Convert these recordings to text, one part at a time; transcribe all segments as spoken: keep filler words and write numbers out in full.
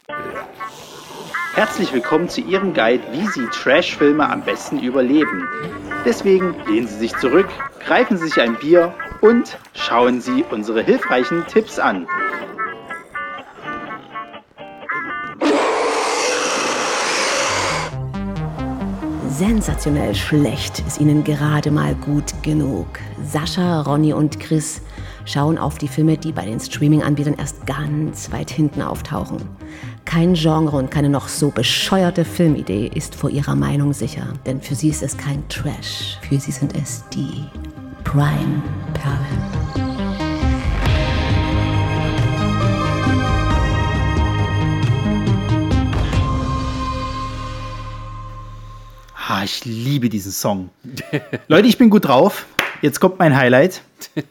Herzlich willkommen zu Ihrem Guide, wie Sie Trash-Filme am besten überleben. Deswegen lehnen Sie sich zurück, greifen Sie sich ein Bier und schauen Sie unsere hilfreichen Tipps an. Sensationell schlecht ist ihnen gerade mal gut genug. Sascha, Ronny und Chris schauen auf die Filme, die bei den Streaming-Anbietern erst ganz weit hinten auftauchen. Kein Genre und keine noch so bescheuerte Filmidee ist vor ihrer Meinung sicher. Denn für sie ist es kein Trash. Für sie sind es die Prime-Perlen. Ah, ich liebe diesen Song. Leute, ich bin gut drauf. Jetzt kommt mein Highlight.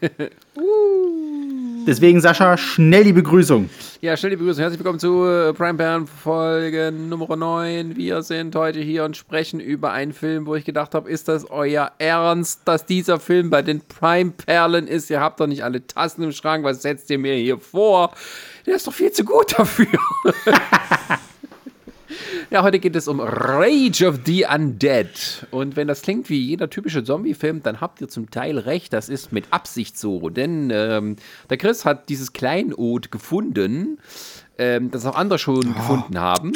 Deswegen, Sascha, schnell die Begrüßung. Ja, schnell die Begrüßung. Herzlich willkommen zu äh, Prime Perlen Folge Nummer neun. Wir sind heute hier und sprechen über einen Film, wo ich gedacht habe, ist das euer Ernst, dass dieser Film bei den Prime Perlen ist? Ihr habt doch nicht alle Tassen im Schrank. Was setzt ihr mir hier vor? Der ist doch viel zu gut dafür. Ja, heute geht es um Rage of the Undead. Und wenn das klingt wie jeder typische Zombie-Film, dann habt ihr zum Teil recht. Das ist mit Absicht so. Denn ähm, der Chris hat dieses Kleinod gefunden, ähm, das auch andere schon oh. gefunden haben.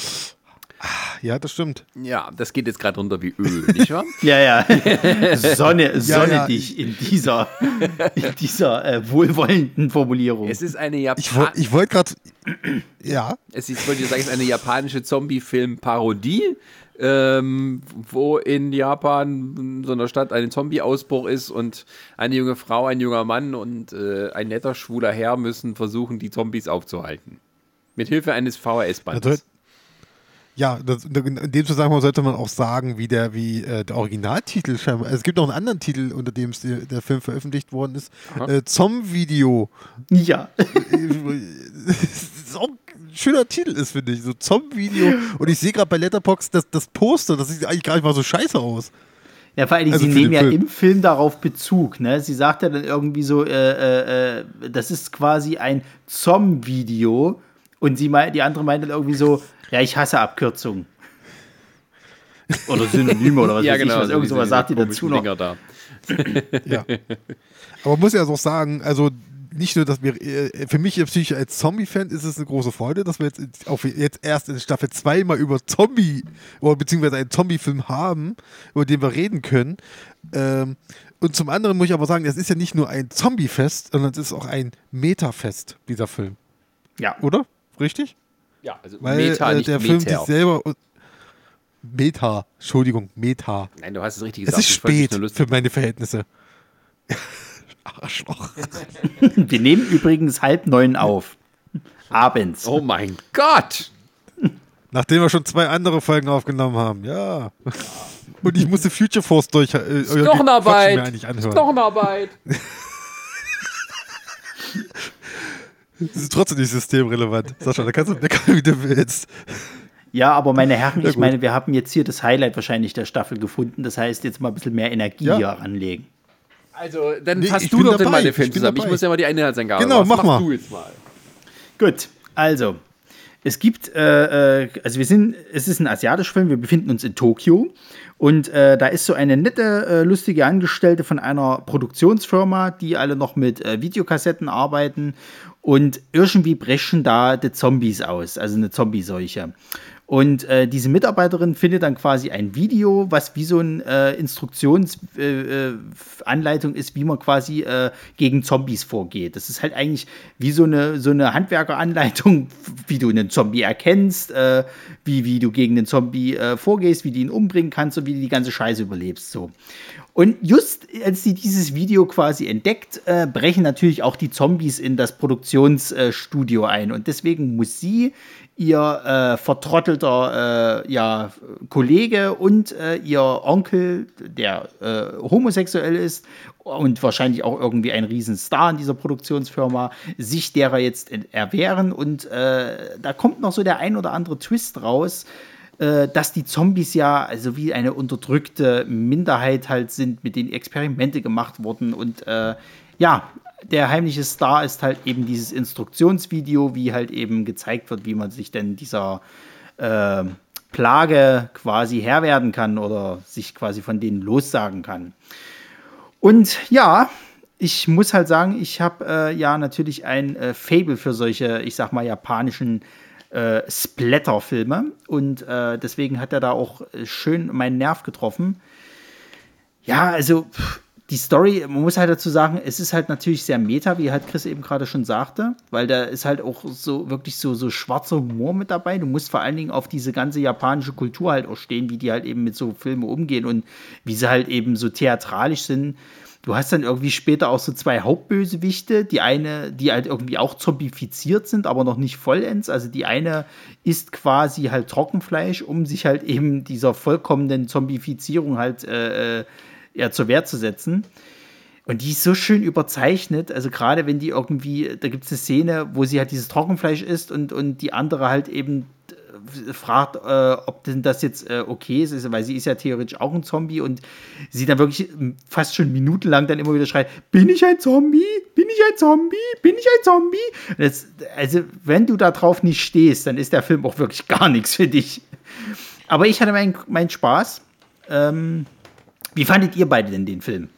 Ja, das stimmt. Ja, das geht jetzt gerade runter wie Öl, nicht wahr? Ja, ja. Sonne, Sonne ja, ja. dich in dieser, in dieser äh, wohlwollenden Formulierung. Es ist eine Japan- Ich, wo, ich wollte gerade. Ja. Es ist, ich wollte sagen, es ist eine japanische Zombie-Film-Parodie, ähm, wo in Japan, in so einer Stadt, ein Zombie-Ausbruch ist und eine junge Frau, ein junger Mann und äh, ein netter, schwuler Herr müssen versuchen, die Zombies aufzuhalten. Mit Hilfe eines V H S-Bandes. Ja, das, in dem Zusammenhang sollte man auch sagen, wie der, wie äh, der Originaltitel scheinbar. Also es gibt noch einen anderen Titel, unter dem der, der Film veröffentlicht worden ist. Äh, Zom-Video. Ja. Das ist auch ein schöner Titel ist, finde ich. So Zom-Video. Und ich sehe gerade bei Letterboxd das, das Poster, das sieht eigentlich gar nicht mal so scheiße aus. Ja, vor allem, also sie nehmen ja Film. im Film darauf Bezug. Ne? Sie sagt ja dann irgendwie so, äh, äh, das ist quasi ein Zom-Video. Und sie meint, die andere meint dann irgendwie so, ja, ich hasse Abkürzungen. Oder Synonyme oder was ja, weiß genau, ich, was. so Irgend sowas sagt die dazu noch. Da. Ja. Aber man muss ja auch sagen, also nicht nur, dass wir, für mich natürlich als Zombie-Fan ist es eine große Freude, dass wir jetzt, auf, jetzt erst in Staffel zwei mal über Zombie, oder beziehungsweise einen Zombie-Film haben, über den wir reden können. Ähm, und zum anderen muss ich aber sagen, das ist ja nicht nur ein Zombie-Fest, sondern es ist auch ein Meta-Fest, dieser Film. Ja. Oder? Richtig? Ja, also Weil Meta, äh, nicht der Meta. Film sich selber... Meta, Entschuldigung, Meta. Nein, du hast es richtig Es gesagt. ist spät für meine Verhältnisse. Arschloch. Wir nehmen übrigens halb neun auf. Abends. Oh mein Gott! Nachdem wir schon zwei andere Folgen aufgenommen haben, ja. Und ich musste Future Force durch... Äh, Knochenarbeit! Knochenarbeit! Das ist trotzdem nicht systemrelevant. Sascha, da kannst du meckern, wie du willst. Ja, aber meine Herren, ja, ich meine, wir haben jetzt hier das Highlight wahrscheinlich der Staffel gefunden. Das heißt, jetzt mal ein bisschen mehr Energie ja. hier anlegen. Also, dann nee, fasst du doch den mal den Film ich zusammen. dabei. Ich muss ja mal die Inhaltsangabe Genau, machen. mach Was mal. machst du jetzt mal? Gut, also, es gibt, äh, äh, also wir sind, es ist ein asiatischer Film, wir befinden uns in Tokio. Und äh, da ist so eine nette, äh, lustige Angestellte von einer Produktionsfirma, die alle noch mit äh, Videokassetten arbeiten. Und irgendwie brechen da die Zombies aus, also eine Zombieseuche. Und äh, diese Mitarbeiterin findet dann quasi ein Video, was wie so eine äh, Instruktionsanleitung äh, ist, wie man quasi äh, gegen Zombies vorgeht. Das ist halt eigentlich wie so eine, so eine Handwerkeranleitung, wie du einen Zombie erkennst, äh, wie, wie du gegen den Zombie äh, vorgehst, wie du ihn umbringen kannst und wie du die ganze Scheiße überlebst. So. Und just als sie dieses Video quasi entdeckt, äh, brechen natürlich auch die Zombies in das Produktionsstudio äh, ein. Und deswegen muss sie, ihr äh, vertrottelter äh, ja, Kollege und äh, ihr Onkel, der äh, homosexuell ist und wahrscheinlich auch irgendwie ein Riesenstar in dieser Produktionsfirma, sich derer jetzt erwehren. Und äh, da kommt noch so der ein oder andere Twist raus, äh, dass die Zombies ja also wie eine unterdrückte Minderheit halt sind, mit denen Experimente gemacht wurden und äh, ja, der heimliche Star ist halt eben dieses Instruktionsvideo, wie halt eben gezeigt wird, wie man sich denn dieser äh, Plage quasi Herr werden kann oder sich quasi von denen lossagen kann. Und ja, ich muss halt sagen, ich habe äh, ja natürlich ein äh, Faible für solche, ich sag mal, japanischen äh, Splatter-Filme. Und äh, deswegen hat er da auch schön meinen Nerv getroffen. Ja, also die Story, man muss halt dazu sagen, es ist halt natürlich sehr meta, wie halt Chris eben gerade schon sagte, weil da ist halt auch so wirklich so, so schwarzer Humor mit dabei. Du musst vor allen Dingen auf diese ganze japanische Kultur halt auch stehen, wie die halt eben mit so Filmen umgehen und wie sie halt eben so theatralisch sind. Du hast dann irgendwie später auch so zwei Hauptbösewichte, die eine, die halt irgendwie auch zombifiziert sind, aber noch nicht vollends. Also die eine isst quasi halt Trockenfleisch, um sich halt eben dieser vollkommenen Zombifizierung halt äh, ja, zur Wehr zu setzen. Und die ist so schön überzeichnet, also gerade wenn die irgendwie, da gibt es eine Szene, wo sie halt dieses Trockenfleisch isst und, und die andere halt eben fragt, äh, ob denn das jetzt äh, okay ist, weil sie ist ja theoretisch auch ein Zombie und sie dann wirklich fast schon minutenlang dann immer wieder schreit, bin ich ein Zombie? Bin ich ein Zombie? Bin ich ein Zombie? Das, also wenn du da drauf nicht stehst, dann ist der Film auch wirklich gar nichts für dich. Aber ich hatte meinen mein Spaß. Ähm, Wie fandet ihr beide denn den Film?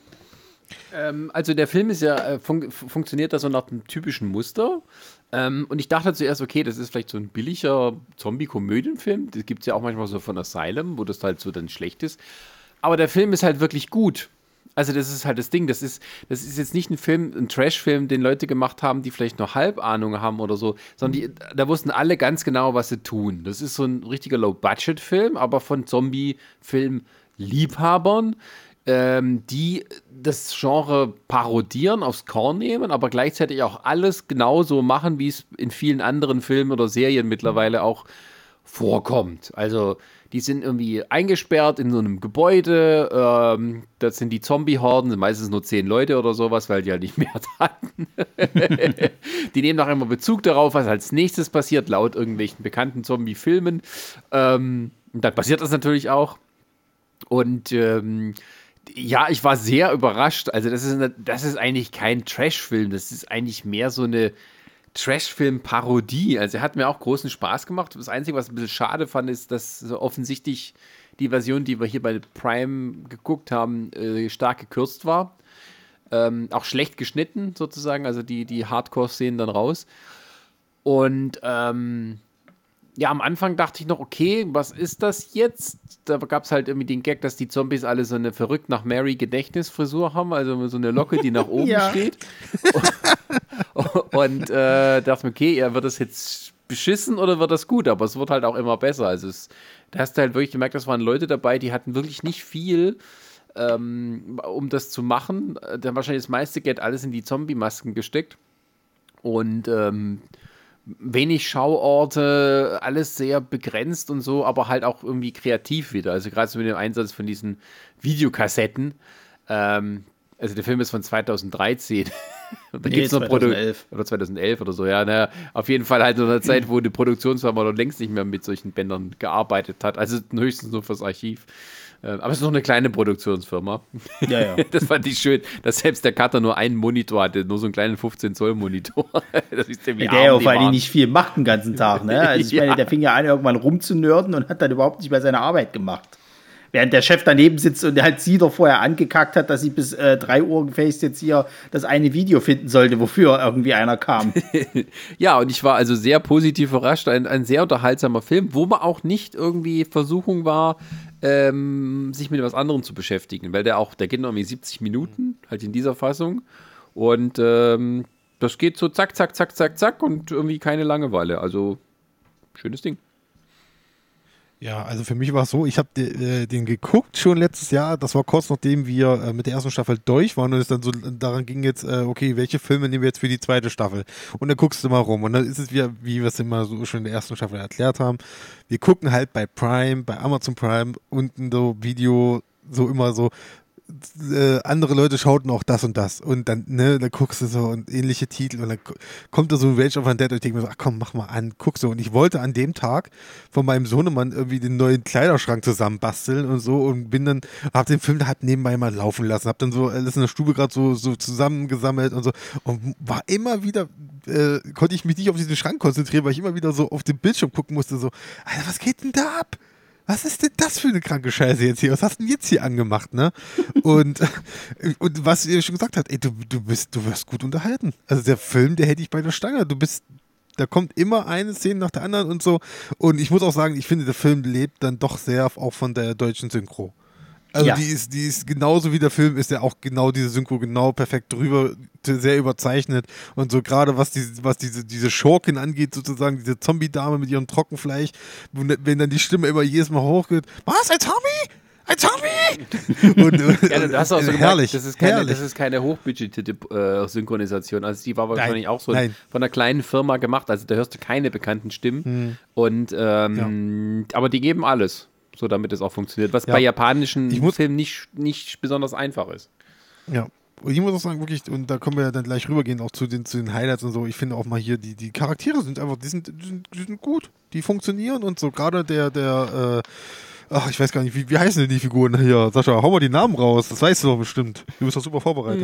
Ähm, also der Film ist ja, äh, fun- funktioniert da so nach dem typischen Muster. Ähm, und ich dachte zuerst, okay, das ist vielleicht so ein billiger Zombie-Komödienfilm. Das gibt es ja auch manchmal so von Asylum, wo das halt so dann schlecht ist. Aber der Film ist halt wirklich gut. Also das ist halt das Ding. Das ist, das ist jetzt nicht ein Film, ein Trash-Film, den Leute gemacht haben, die vielleicht noch Halbahnung haben oder so, sondern die, da wussten alle ganz genau, was sie tun. Das ist so ein richtiger Low-Budget-Film, aber von Zombie-Film Liebhabern, ähm, die das Genre parodieren, aufs Korn nehmen, aber gleichzeitig auch alles genauso machen, wie es in vielen anderen Filmen oder Serien mittlerweile auch vorkommt. Also die sind irgendwie eingesperrt in so einem Gebäude, ähm, das sind die Zombie-Horden, sind meistens nur zehn Leute oder sowas, weil die halt nicht mehr hatten. Die nehmen auch immer Bezug darauf, was als nächstes passiert, laut irgendwelchen bekannten Zombie-Filmen. Ähm, und dann passiert das natürlich auch. Und ähm, ja, ich war sehr überrascht. Also das ist, eine, das ist eigentlich kein Trash-Film. Das ist eigentlich mehr so eine Trash-Film-Parodie. Also er hat mir auch großen Spaß gemacht. Das Einzige, was ein bisschen schade fand, ist, dass so offensichtlich die Version, die wir hier bei Prime geguckt haben, äh, stark gekürzt war. Ähm, auch schlecht geschnitten sozusagen. Also die, die Hardcore-Szenen dann raus. Und ähm, ja, am Anfang dachte ich noch, okay, was ist das jetzt? Da gab es halt irgendwie den Gag, dass die Zombies alle so eine verrückt nach Mary Gedächtnisfrisur haben, also so eine Locke, die nach oben Ja. steht. Und, und äh, dachte mir, okay, ja, wird das jetzt beschissen oder wird das gut? Aber es wird halt auch immer besser. Also es, da hast du halt wirklich gemerkt, das waren Leute dabei, die hatten wirklich nicht viel, ähm, um das zu machen. Da haben wahrscheinlich das meiste Geld alles in die Zombie-Masken gesteckt. Und ähm, wenig Schauorte, alles sehr begrenzt und so, aber halt auch irgendwie kreativ wieder. Also gerade so mit dem Einsatz von diesen Videokassetten. Ähm, also der Film ist von zweitausenddreizehn. Und da Nee, gibt's noch Produ- zweitausendelf. oder zweitauself oder so, ja. Naja, auf jeden Fall halt in einer Zeit, wo die Produktionsfirma noch längst nicht mehr mit solchen Bändern gearbeitet hat. Also höchstens nur fürs Archiv. Ähm, aber es ist noch eine kleine Produktionsfirma. Ja, ja. Das fand ich schön, dass selbst der Cutter nur einen Monitor hatte, nur so einen kleinen fünfzehn Zoll Monitor. Das ist ja wie Ja, der ja arm die vor allem waren. nicht viel macht den ganzen Tag, ne? Also ich Ja. meine, der fing ja an, irgendwann rumzunörden und hat dann überhaupt nicht mehr seine Arbeit gemacht. Während der Chef daneben sitzt und halt sie doch vorher angekackt hat, dass sie bis äh, drei Uhr gefaced jetzt hier das eine Video finden sollte, wofür irgendwie einer kam. Ja, und ich war also sehr positiv überrascht. Ein, ein sehr unterhaltsamer Film, wo man auch nicht irgendwie Versuchung war, ähm, sich mit was anderem zu beschäftigen, weil der auch, der geht noch irgendwie siebzig Minuten, halt in dieser Fassung. Und ähm, das geht so zack, zack, zack, zack, zack und irgendwie keine Langeweile. Also, schönes Ding. Ja, also für mich war es so, ich habe de, äh, den geguckt schon letztes Jahr, das war kurz nachdem wir äh, mit der ersten Staffel durch waren und es dann so daran ging jetzt, äh, okay, welche Filme nehmen wir jetzt für die zweite Staffel? Und dann guckst du mal rum und dann ist es wieder, wie wir es immer so schon in der ersten Staffel erklärt haben, wir gucken halt bei Prime, bei Amazon Prime unten so Video, so immer so äh, andere Leute schauten auch das und das und dann, ne, dann guckst du so und ähnliche Titel und dann kommt da so ein Rage of Undead und ich denke mir so, ach komm, mach mal an, guck so. Und ich wollte an dem Tag von meinem Sohnemann irgendwie den neuen Kleiderschrank zusammenbasteln und so und bin dann, hab den Film halt nebenbei mal laufen lassen, hab dann so alles in der Stube gerade so, so zusammengesammelt und so und war immer wieder, äh, konnte ich mich nicht auf diesen Schrank konzentrieren, weil ich immer wieder so auf den Bildschirm gucken musste, so, Alter, was geht denn da ab? Was ist denn das für eine kranke Scheiße jetzt hier? Was hast du denn jetzt hier angemacht, ne? Und, und was ihr schon gesagt habt, ey, du, du bist, du wirst gut unterhalten. Also der Film, der hält dich bei der Stange. Du bist, da kommt immer eine Szene nach der anderen und so. Und ich muss auch sagen, ich finde, der Film lebt dann doch sehr auch von der deutschen Synchro. Also Ja. die ist, die ist genauso wie der Film, ist ja auch genau diese Synchro genau perfekt drüber, sehr überzeichnet und so gerade was diese, was diese, diese Schurkin angeht, sozusagen, diese Zombie-Dame mit ihrem Trockenfleisch, wenn, wenn dann die Stimme immer jedes Mal hochgeht, was, ein Zombie? Ein Zombie? und, und, Ja, du hast auch so herrlich, gemerkt, das ist keine, herrlich. das ist keine hochbudgetierte äh, Synchronisation. Also die war wahrscheinlich Nein, auch so nein. von einer kleinen Firma gemacht. Also da hörst du keine bekannten Stimmen. Hm. Und ähm, aber die geben alles, so damit es auch funktioniert. Was Ja. bei japanischen Ich muss- Filmen nicht, nicht besonders einfach ist. Ja. Und ich muss auch sagen, wirklich, und da können wir ja dann gleich rübergehen, auch zu den, zu den Highlights und so. Ich finde auch mal hier, die, die Charaktere sind einfach, die sind, die sind, die sind gut. Die funktionieren und so. Gerade der, der, äh, ach, ich weiß gar nicht, wie, wie heißen denn die Figuren hier? Sascha, hau mal die Namen raus. Das weißt du doch bestimmt. Du bist doch super vorbereitet.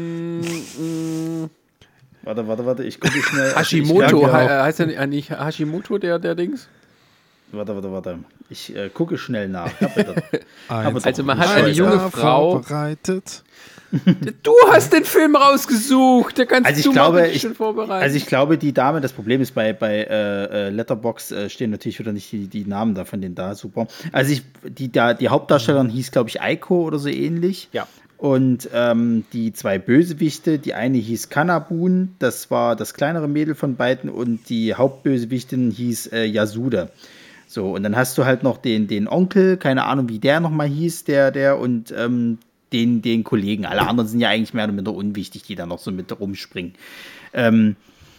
Warte, warte, warte, ich gucke schnell. Hashimoto, Ich, ja he- auch. äh, heißt ja nicht Hashimoto der, der Dings? warte, warte, warte. Ich äh, gucke schnell nach. Ja, bitte. Eins. Also man hat eine eine junge Alter, Frau. vorbereitet. Du hast den Film rausgesucht, da kannst Also ich du glaube, mal bitte ich, schön vorbereiten. also ich glaube, die Dame, das Problem ist, bei, bei äh, Letterboxd äh, stehen natürlich wieder nicht die, die Namen da von denen da, super. Also ich, die, da, die Hauptdarstellerin hieß, glaube ich, Aiko oder so ähnlich. Ja. Und ähm, die zwei Bösewichte, die eine hieß Kanabun, das war das kleinere Mädel von beiden, und die Hauptbösewichtin hieß äh, Yasuda. So, und dann hast du halt noch den, den Onkel, keine Ahnung, wie der nochmal hieß, der, der, und ähm, den, den Kollegen. Alle anderen sind ja eigentlich mehr oder minder unwichtig, die da noch so mit rumspringen. Ähm,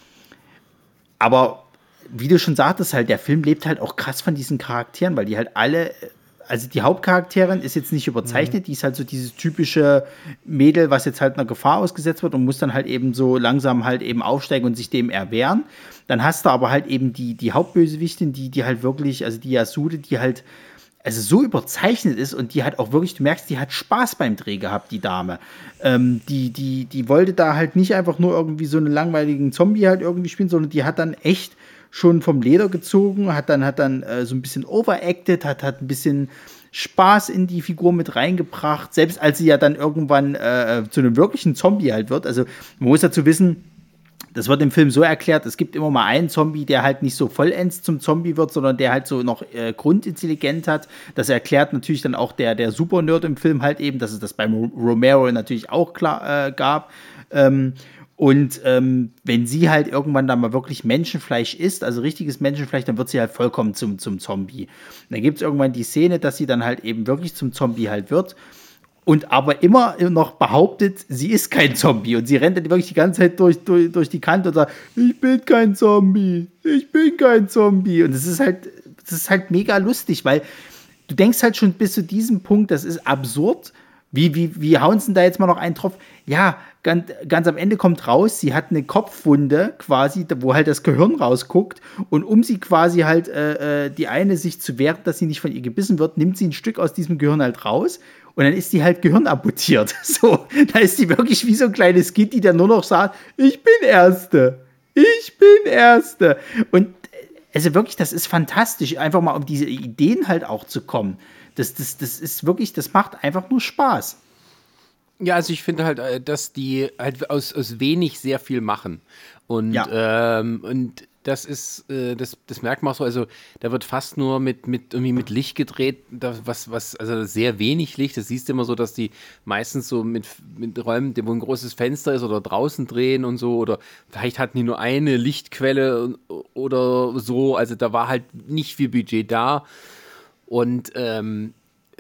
aber wie du schon sagtest, halt, der Film lebt halt auch krass von diesen Charakteren, weil die halt alle, also die Hauptcharakterin ist jetzt nicht überzeichnet, die ist halt so dieses typische Mädel, was jetzt halt einer Gefahr ausgesetzt wird und muss dann halt eben so langsam halt eben aufsteigen und sich dem erwehren. Dann hast du aber halt eben die, die Hauptbösewichtin, die, die halt wirklich, also die Yasude, die halt also so überzeichnet ist und die hat auch wirklich, du merkst, die hat Spaß beim Dreh gehabt, die Dame. Ähm, die, die, die wollte da halt nicht einfach nur irgendwie so einen langweiligen Zombie halt irgendwie spielen, sondern die hat dann echt schon vom Leder gezogen, hat dann, hat dann äh, so ein bisschen overacted, hat, hat ein bisschen Spaß in die Figur mit reingebracht, selbst als sie ja dann irgendwann äh, zu einem wirklichen Zombie halt wird. Also man muss dazu wissen, das wird im Film so erklärt, es gibt immer mal einen Zombie, der halt nicht so vollends zum Zombie wird, sondern der halt so noch äh, Grundintelligenz hat. Das erklärt natürlich dann auch der, der Super-Nerd im Film halt eben, dass es das beim Romero natürlich auch klar äh, gab. Ähm, und ähm, wenn sie halt irgendwann dann mal wirklich Menschenfleisch isst, also richtiges Menschenfleisch, dann wird sie halt vollkommen zum, zum Zombie. Und dann gibt es irgendwann die Szene, dass sie dann halt eben wirklich zum Zombie halt wird. Und aber immer noch behauptet, sie ist kein Zombie. Und sie rennt dann wirklich die ganze Zeit durch, durch, durch die Kante und sagt, ich bin kein Zombie, ich bin kein Zombie. Und das ist halt, das ist halt mega lustig, weil du denkst halt schon bis zu diesem Punkt, das ist absurd. Wie, wie, wie hauen sie denn da jetzt mal noch einen drauf? Ja, ganz, ganz am Ende kommt raus, sie hat eine Kopfwunde quasi, wo halt das Gehirn rausguckt. Und um sie quasi halt, äh, die eine sich zu wehren, dass sie nicht von ihr gebissen wird, nimmt sie ein Stück aus diesem Gehirn halt raus. Und dann ist die halt Gehirn amputiert. So, da ist die wirklich wie so ein kleines Kind, die dann nur noch sagt, ich bin Erste, ich bin Erste. Und also wirklich, das ist fantastisch, einfach mal um diese Ideen halt auch zu kommen. Das, das, das ist wirklich, das macht einfach nur Spaß. Ja, also ich finde halt, äh, dass die halt aus, aus wenig sehr viel machen. Und, Ja. ähm, und das ist, äh, das, das merkt man auch so, also da wird fast nur mit, mit, irgendwie mit Licht gedreht, da, was, was, also sehr wenig Licht, das siehst du immer so, dass die meistens so mit, mit Räumen, wo ein großes Fenster ist oder draußen drehen und so, oder vielleicht hatten die nur eine Lichtquelle oder so, also da war halt nicht viel Budget da und ähm,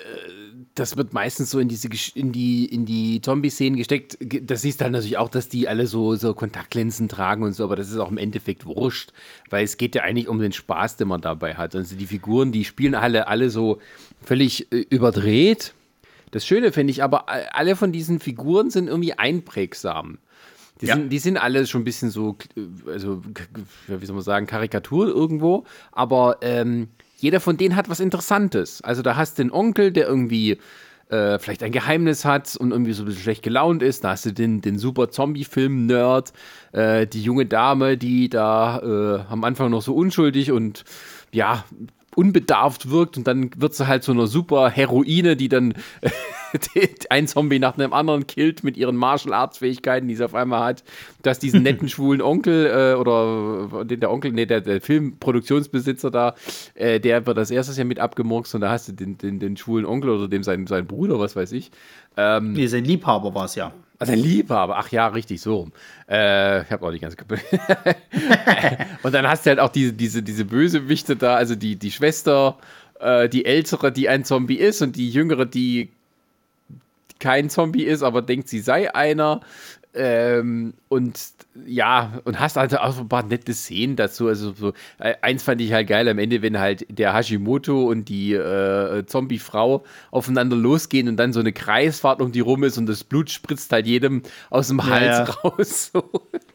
das wird meistens so in diese in die in die Zombie-Szenen gesteckt. Das siehst du dann natürlich auch, dass die alle so, so Kontaktlinsen tragen und so, aber das ist auch im Endeffekt wurscht, weil es geht ja eigentlich um den Spaß, den man dabei hat. Also die Figuren, die spielen alle, alle so völlig äh, überdreht. Das Schöne finde ich aber, alle von diesen Figuren sind irgendwie einprägsam. Die, ja. sind, die sind alle schon ein bisschen so, also wie soll man sagen, Karikatur irgendwo, aber ähm, jeder von denen hat was Interessantes. Also da hast du den Onkel, der irgendwie äh, vielleicht ein Geheimnis hat und irgendwie so ein bisschen schlecht gelaunt ist. Da hast du den, den super Zombie-Film-Nerd, äh, die junge Dame, die da äh, am Anfang noch so unschuldig und ja, unbedarft wirkt und dann wird sie halt so eine super Heroine, die dann äh, ein Zombie nach einem anderen killt mit ihren Martial Arts Fähigkeiten, die sie auf einmal hat, dass diesen netten schwulen Onkel äh, oder den der Onkel, nee, der, der Filmproduktionsbesitzer da, äh, der wird als erstes ja mit abgemurkst und da hast du den, den, den schwulen Onkel oder dem sein, sein Bruder, was weiß ich. Ähm, nee, sein Liebhaber war es ja. Also ein Liebhaber, ach ja, richtig, so rum. Äh, ich habe auch nicht ganz kapiert. Und dann hast du halt auch diese, diese, diese Bösewichte da, also die, die Schwester, äh, die ältere, die ein Zombie ist und die jüngere, die kein Zombie ist, aber denkt, sie sei einer. Ähm, und ja, und hast also auch ein paar nette Szenen dazu. Also so, äh, eins fand ich halt geil am Ende, wenn halt der Hashimoto und die äh, Zombie-Frau aufeinander losgehen und dann so eine Kreisfahrt um die rum ist und das Blut spritzt halt jedem aus dem Hals ja, ja. raus. So.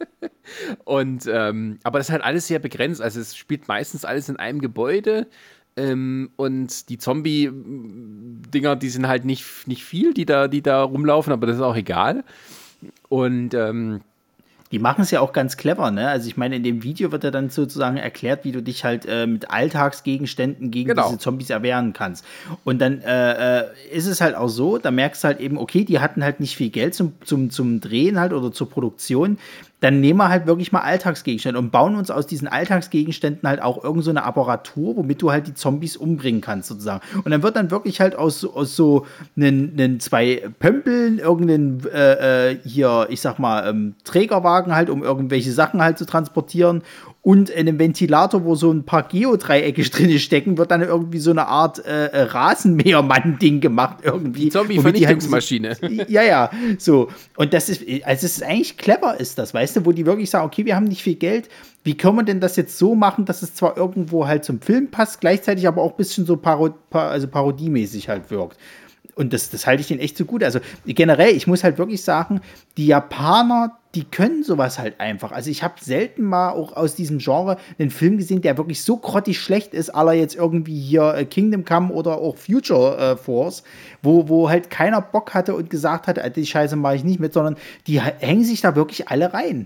Und ähm, aber das ist halt alles sehr begrenzt. Also es spielt meistens alles in einem Gebäude. Ähm, und die Zombie-Dinger, die sind halt nicht, nicht viel, die da, die da rumlaufen, aber das ist auch egal. Und ähm, die machen es ja auch ganz clever, ne? Also ich meine, in dem Video wird ja dann sozusagen erklärt, wie du dich halt äh, mit Alltagsgegenständen gegen genau. diese Zombies erwehren kannst. Und dann äh, ist es halt auch so, da merkst du halt eben, okay, die hatten halt nicht viel Geld zum, zum, zum Drehen halt oder zur Produktion. Dann nehmen wir halt wirklich mal Alltagsgegenstände und bauen uns aus diesen Alltagsgegenständen halt auch irgend so eine Apparatur, womit du halt die Zombies umbringen kannst sozusagen. Und dann wird dann wirklich halt aus, aus so einen, einen zwei Pömpeln irgendeinen äh, hier, ich sag mal, ähm, Trägerwagen halt, um irgendwelche Sachen halt zu transportieren und einem Ventilator, wo so ein paar Geodreiecke drin stecken, wird dann irgendwie so eine Art äh, Rasenmähermann-Ding gemacht irgendwie. Die Zombie-Vernichtungsmaschine. Halt, ja, ja, so. Und das ist, also es ist eigentlich clever ist das, weißt du, wo die wirklich sagen, okay, wir haben nicht viel Geld, wie können wir denn das jetzt so machen, dass es zwar irgendwo halt zum Film passt, gleichzeitig aber auch ein bisschen so Parod- also parodiemäßig halt wirkt. Und das, das halte ich denen echt so gut. Also generell, ich muss halt wirklich sagen, die Japaner, die können sowas halt einfach. Also ich habe selten mal auch aus diesem Genre einen Film gesehen, der wirklich so grottig schlecht ist, aller jetzt irgendwie hier äh, Kingdom Come oder auch Future äh, Force, wo, wo halt keiner Bock hatte und gesagt hat, die Scheiße mache ich nicht mit, sondern die hängen sich da wirklich alle rein.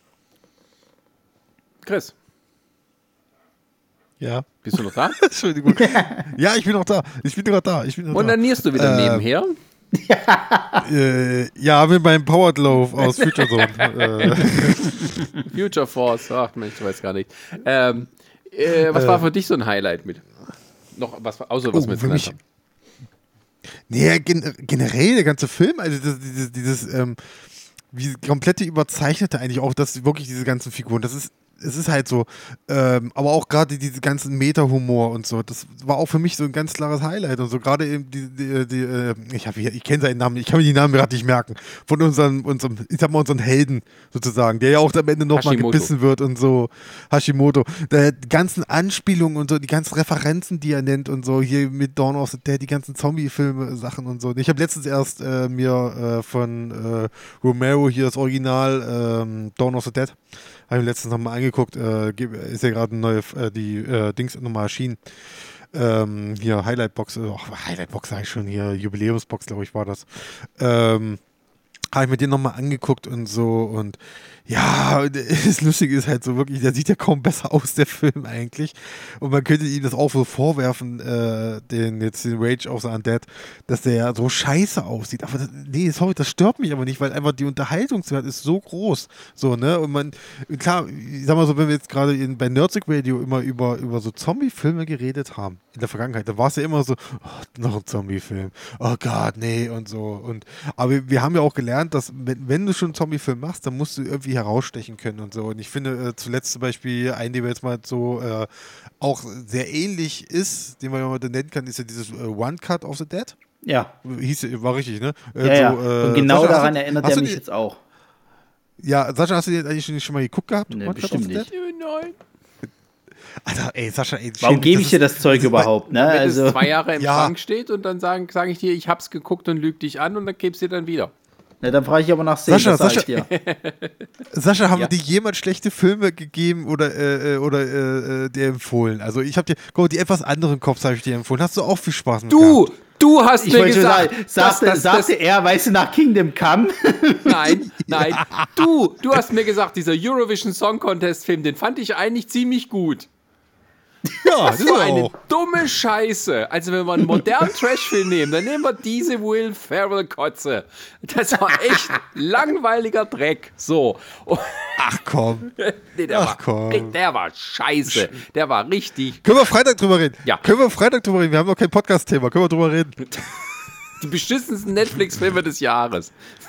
Chris. Ja. Bist du noch da? Entschuldigung. Ja, ich bin noch da. Ich bin noch da. Ich bin noch Und dann nierst du wieder äh, nebenher? äh, ja, mit meinem Power Glove aus Future Zone. äh. Future Force, ach Mensch, ich weiß gar nicht. Ähm, äh, was äh, war für dich so ein Highlight mit? Noch was, außer was oh, mit für mich. Nee, gen- generell der ganze Film, also das, dieses, dieses ähm, wie komplette Überzeichnete eigentlich auch, dass wirklich diese ganzen Figuren, das ist es ist halt so, ähm, aber auch gerade diese ganzen Meta-Humor und so, das war auch für mich so ein ganz klares Highlight und so, gerade eben die, die, die äh, ich habe ich kenne seinen Namen, ich kann mir die Namen gerade nicht merken, von unserem, unserem, ich sag mal, unseren Helden sozusagen, der ja auch am Ende nochmal gebissen wird und so, Hashimoto, der, die ganzen Anspielungen und so, die ganzen Referenzen, die er nennt und so, hier mit Dawn of the Dead, die ganzen Zombie-Filme, Sachen und so. Ich habe letztens erst äh, mir äh, von äh, Romero hier das Original ähm, Dawn of the Dead habe ich letztens nochmal angeguckt, äh, ist ja gerade eine neue, äh, die äh, Dings nochmal erschienen. Ähm, hier, Highlightbox, oh, Highlightbox sag ich schon, hier, Jubiläumsbox, glaube ich, war das. Ähm, habe ich mir den nochmal angeguckt und so und ja, das Lustige ist halt so wirklich, der sieht ja kaum besser aus, der Film eigentlich. Und man könnte ihm das auch so vorwerfen, äh, den jetzt den Rage of the Undead, dass der ja so scheiße aussieht. Aber das, nee, sorry, das stört mich aber nicht, weil einfach die Unterhaltungswert ist so groß. So, ne? Und man, klar, ich sag mal so, wenn wir jetzt gerade in, bei Nerdsig Radio immer über, über so Zombie-Filme geredet haben, in der Vergangenheit, da war es ja immer so, oh, noch ein Zombie-Film, oh Gott, nee, und so. Und, aber wir, wir haben ja auch gelernt, dass wenn, wenn du schon einen Zombie-Film machst, dann musst du irgendwie herausstechen können und so. Und ich finde äh, zuletzt zum Beispiel, einen, den wir jetzt mal so äh, auch sehr ähnlich ist, den man ja mal nennen kann, ist ja dieses äh, One Cut of the Dead. Ja. Hieß, war richtig, ne? Äh, ja, so, ja. Und genau Sascha, daran du, erinnert er mich die, jetzt auch. Ja, Sascha, hast du den eigentlich schon, schon mal geguckt gehabt? Nee, bestimmt nicht. Nein. Alter, ey, Sascha, ey, Warum gebe ich dir ist, das Zeug das überhaupt? Ne? Wenn Also, es zwei Jahre im Ja. Schrank steht und dann sage sag ich dir, ich hab's geguckt und lüg dich an und dann gib's dir dann wieder. na, dann frage ich aber nach Sehen, Sascha, das sag Sascha- ich dir. Sascha, haben Ja. dir jemand schlechte Filme gegeben oder, äh, äh, oder äh, äh, dir empfohlen? Also ich habe dir, guck mal, die etwas anderen Cops habe ich dir empfohlen. Hast du auch viel Spaß mit Du, gehabt? du hast Ich mir wollte schon gesagt, sagen, dass sagte, das, das, sagte er, weißt du, nach Kingdom Come? nein, nein, du, du hast mir gesagt, dieser Eurovision Song Contest Film, den fand ich eigentlich ziemlich gut. Ja, das ist So eine auch. dumme Scheiße. Also wenn wir einen modernen Trashfilm nehmen, dann nehmen wir diese Will Ferrell Kotze. Das war echt langweiliger Dreck. So. Ach komm. Nee, der, Ach, war, komm. der war scheiße. Der war richtig. Können wir Freitag drüber reden? Ja. Können wir Freitag drüber reden? Wir haben noch kein Podcast-Thema. Können wir drüber reden? Die beschissensten Netflix-Filme des Jahres.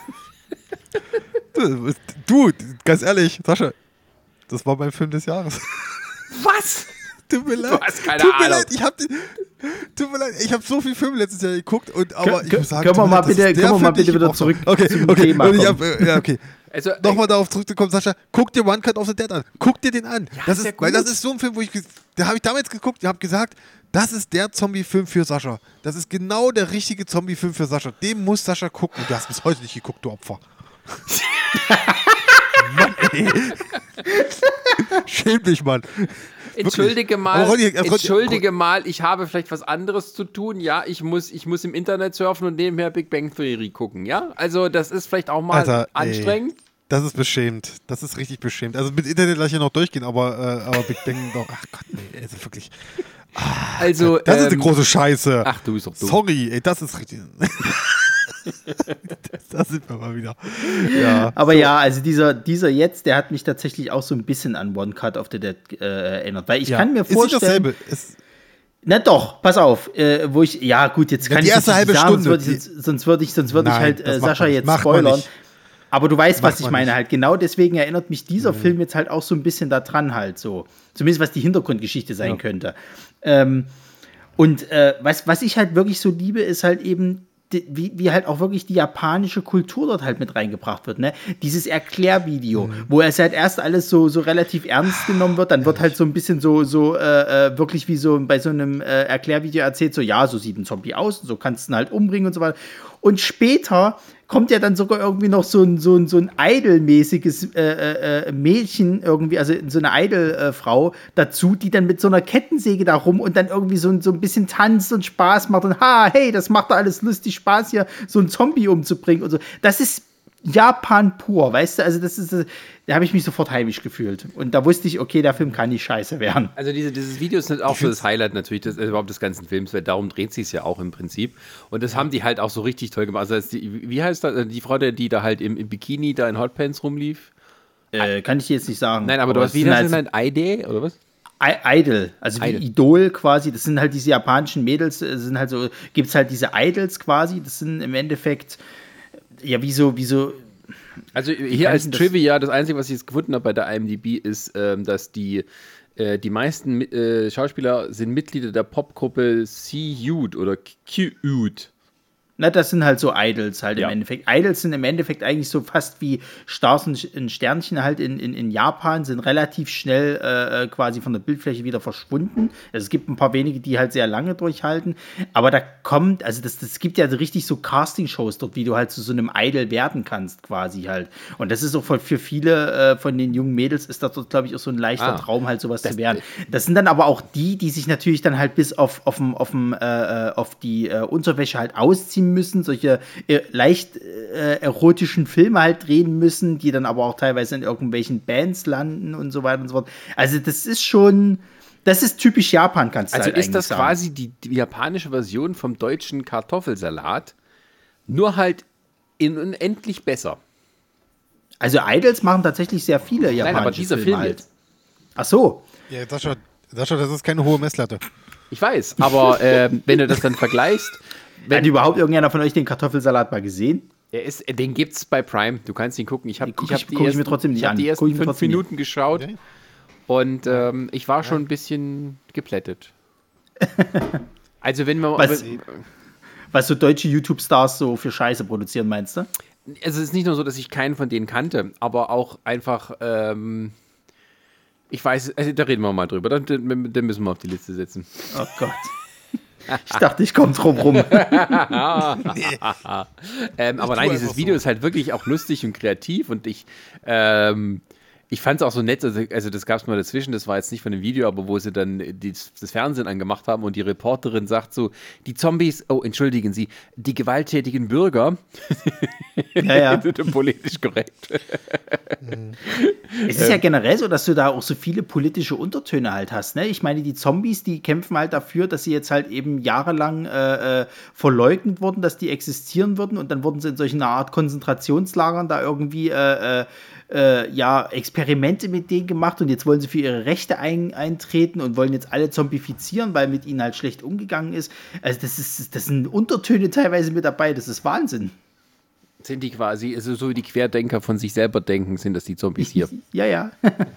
Du, ganz ehrlich, Sascha, das war mein Film des Jahres. Was? Tut mir leid. Du hast keine Tut mir Ahnung. leid, ich habe Tut mir leid, ich habe so viele Filme letztes Jahr geguckt und aber Kön- ich muss sagen, können wir tut mir mal leid, das bitte- ist der können wir mal Film, bitte den ich wieder auch- zurück okay, zum okay, Thema und ich kommen. hab, äh, ja, okay. Also, Nochmal darauf zurückzukommen, Sascha, guck dir One Cut of the Dead an. Guck dir den an. das ist ja ist, weil das gut. ist so ein Film, wo ich, ges- da habe ich damals geguckt, ich habe gesagt, das ist der Zombie-Film für Sascha. Das ist genau der richtige Zombie-Film für Sascha. Den muss Sascha gucken. Und du hast bis heute nicht geguckt, du Opfer. Mann, ey. Schäm dich, Mann. Entschuldige mal, Aber Ronny, also Ronny- entschuldige mal, ich habe vielleicht was anderes zu tun, ja, ich muss, ich muss im Internet surfen und nebenher Big Bang Theory gucken, ja, also das ist vielleicht auch mal Alter, ey. anstrengend. Das ist beschämt. Das ist richtig beschämt. Also mit Internet lasse ich ja noch durchgehen, aber, äh, aber Big Bang doch. Ach Gott, nee, also wirklich. Also, Das ist eine ähm, große Scheiße. ach, du bist doch dumm. Sorry, ey, das ist richtig. das, das sind wir mal wieder. Ja. Aber ja, also dieser, dieser jetzt, der hat mich tatsächlich auch so ein bisschen an One Cut of the Dead äh, erinnert. Weil ich ja. kann mir Ist nicht vorstellen. dasselbe. Es, Na doch, pass auf, äh, wo ich, ja gut, jetzt Ja, kann die ich erste jetzt nicht halbe sagen, Stunde, sonst würde ich, sonst- sonst würde ich, sonst würde ich Nein, halt das äh, macht Sascha man nicht. jetzt Macht man spoilern. nicht. Aber du weißt, Macht was ich man meine nicht. halt. Genau deswegen erinnert mich dieser Film jetzt halt auch so ein bisschen daran halt so. Zumindest was die Hintergrundgeschichte sein Ja. könnte. Ähm, und äh, was, was ich halt wirklich so liebe, ist halt eben, die, wie, wie halt auch wirklich die japanische Kultur dort halt mit reingebracht wird. Ne? Dieses Erklärvideo, Mhm. wo es halt erst alles so, so relativ ernst genommen wird, dann wird halt so ein bisschen so, so äh, äh, wirklich wie so bei so einem äh, Erklärvideo erzählt, so ja, so sieht ein Zombie aus, und so kannst du ihn halt umbringen und so weiter. Und später kommt ja dann sogar irgendwie noch so ein, so ein, so ein Idol-mäßiges äh, äh, Mädchen irgendwie, also so eine Idol-Frau dazu, die dann mit so einer Kettensäge da rum und dann irgendwie so, ein- so ein bisschen tanzt und Spaß macht und ha, hey, das macht doch alles lustig Spaß hier, so einen Zombie umzubringen und so. Das ist Japan pur, weißt du, also das ist, äh, da habe ich mich sofort heimisch gefühlt. Und da wusste ich, okay, der Film kann nicht scheiße werden. Also diese, dieses Video ist auch so das Highlight natürlich des, äh, überhaupt des ganzen Films, weil darum dreht sich es ja auch im Prinzip. Und das haben die halt auch so richtig toll gemacht. Also als die, wie heißt das, die Frau, die da halt im, im Bikini da in Hotpants rumlief? Äh, kann ich dir jetzt nicht sagen. Nein, aber du es hast, wie sind heißt halt das denn, I D oder was? I- Idol, also wie Idol. Idol quasi, das sind halt diese japanischen Mädels, äh, sind halt so, gibt es halt diese Idols quasi, das sind im Endeffekt, ja, wie so, wie so, Also hier kann als ich das- Trivia, das Einzige, was ich jetzt gefunden habe bei der I M D B, ist, ähm, dass die, äh, die meisten äh, Schauspieler sind Mitglieder der Popgruppe C-Ude oder Q-Ude. na, das sind halt so Idols halt Ja. im Endeffekt. Idols sind im Endeffekt eigentlich so fast wie Stars und Sch- und Sternchen halt in, in, in Japan, sind relativ schnell äh, quasi von der Bildfläche wieder verschwunden. Also es gibt ein paar wenige, die halt sehr lange durchhalten, aber da kommt, also das, das gibt ja richtig so Casting-Shows dort, wie du halt zu so einem Idol werden kannst quasi halt. Und das ist auch für, für viele äh, von den jungen Mädels ist das dort, glaube ich, auch so ein leichter Ah. Traum halt sowas zu werden. Das sind dann aber auch die, die sich natürlich dann halt bis auf, auf, auf, äh, auf die äh, Unterwäsche halt ausziehen müssen, solche äh, leicht äh, erotischen Filme halt drehen müssen, die dann aber auch teilweise in irgendwelchen Bands landen und so weiter und so fort. Also das ist schon, das ist typisch Japan, kannst du Also halt ist eigentlich das sagen. quasi die, die japanische Version vom deutschen Kartoffelsalat, nur halt in unendlich besser. Also Idols machen tatsächlich sehr viele japanische Nein, aber dieser Filme Film halt. jetzt. Ach so. ja, Sascha, Sascha, das ist keine hohe Messlatte. Ich weiß, aber ähm, wenn du das dann vergleichst, wenn, Hat überhaupt irgendeiner von euch den Kartoffelsalat mal gesehen? er ist, den gibt's bei Prime, du kannst ihn gucken. Ich habe Den guck ich hab ich- die, guck ich mir ersten- trotzdem nicht ich hab an. die Guck ersten ich mir fünf trotzdem nicht. Minuten geschaut Okay. und ähm, ich war schon ein bisschen geplättet. Also wenn man... Was- wenn- Was so deutsche YouTube-Stars so für Scheiße produzieren, meinst du? Also es ist nicht nur so, dass ich keinen von denen kannte, aber auch einfach, ähm, Ich weiß, also da reden wir mal drüber. Den, den müssen wir auf die Liste setzen. Oh Gott. Ich dachte, ich komme drum rum. ähm, aber nein, dieses Video so. ist halt wirklich auch lustig und kreativ und ich, ähm, ich fand es auch so nett, also, also das gab es mal dazwischen, das war jetzt nicht von dem Video, aber wo sie dann die, das Fernsehen angemacht haben und die Reporterin sagt so, die Zombies, oh, entschuldigen Sie, die gewalttätigen Bürger. Ja, ja. Politisch korrekt. Es ist ja generell so, dass du da auch so viele politische Untertöne halt hast, ne? Ich meine, die Zombies, die kämpfen halt dafür, dass sie jetzt halt eben jahrelang äh, äh, verleugnet wurden, dass die existieren würden und dann wurden sie in solchen Art Konzentrationslagern da irgendwie äh, äh, äh, ja, Experimente mit denen gemacht und jetzt wollen sie für ihre Rechte ein, eintreten und wollen jetzt alle zombifizieren, weil mit ihnen halt schlecht umgegangen ist. Also das ist, das sind Untertöne teilweise mit dabei, das ist Wahnsinn. Sind die quasi, also so wie die Querdenker von sich selber denken, sind das die Zombies hier. Ja, ja.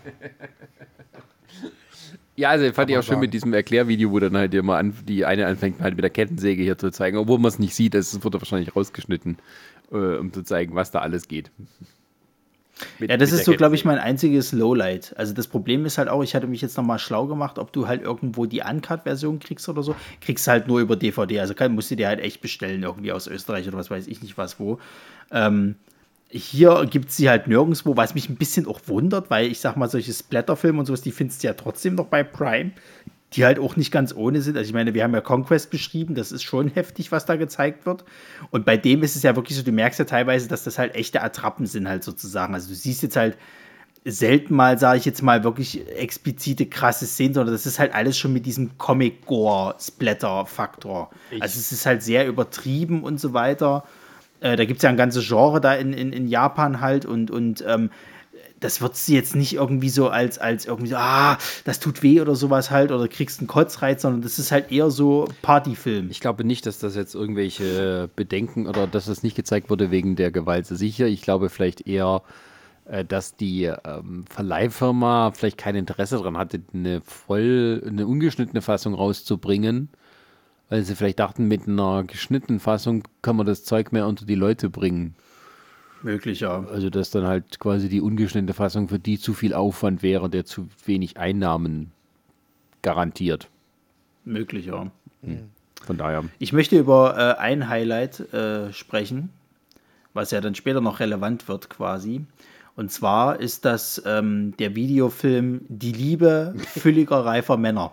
Ja, also fand ich auch schön mit diesem Erklärvideo, wo dann halt immer an, die eine anfängt halt mit der Kettensäge hier zu zeigen, obwohl man es nicht sieht, es wurde wahrscheinlich rausgeschnitten, äh, um zu zeigen, was da alles geht. Mit, ja, das ist so, glaube ich, mein einziges Lowlight. Also das Problem ist halt auch, ich hatte mich jetzt nochmal schlau gemacht, ob du halt irgendwo die Uncut-Version kriegst oder so. Kriegst du halt nur über D V D, also kann, musst du dir halt echt bestellen, irgendwie aus Österreich oder was weiß ich nicht was wo. Ähm, hier gibt es sie halt nirgendwo, was mich ein bisschen auch wundert, weil ich sag mal, solche Splatterfilme und sowas, die findest du ja trotzdem noch bei Prime, die halt auch nicht ganz ohne sind. Also ich meine, wir haben ja Conquest beschrieben, das ist schon heftig, was da gezeigt wird. Und bei dem ist es ja wirklich so, du merkst ja teilweise, dass das halt echte Attrappen sind halt sozusagen. Also du siehst jetzt halt selten mal, sage ich jetzt mal, wirklich explizite, krasse Szenen, sondern das ist halt alles schon mit diesem Comic-Gore-Splatter-Faktor. Also es ist halt sehr übertrieben und so weiter. Äh, da gibt es ja ein ganzes Genre da in, in, in Japan halt und, und ähm, das wird sie jetzt nicht irgendwie so als, als irgendwie so, ah, das tut weh oder sowas halt oder kriegst einen Kotzreiz, sondern das ist halt eher so Partyfilm. Ich glaube nicht, dass das jetzt irgendwelche Bedenken oder dass das nicht gezeigt wurde wegen der Gewalt. Sicher, ich glaube vielleicht eher, dass die ähm, Verleihfirma vielleicht kein Interesse daran hatte, eine voll, eine ungeschnittene Fassung rauszubringen, weil sie vielleicht dachten, mit einer geschnittenen Fassung kann man das Zeug mehr unter die Leute bringen. Möglich, ja. Also, dass dann halt quasi die ungeschnittene Fassung für die zu viel Aufwand wäre, der zu wenig Einnahmen garantiert. Möglich, ja. Hm. Von daher. Ich möchte über äh, ein Highlight äh, sprechen, was ja dann später noch relevant wird quasi. Und zwar ist das ähm, der Videofilm Die Liebe fülliger, reifer Männer.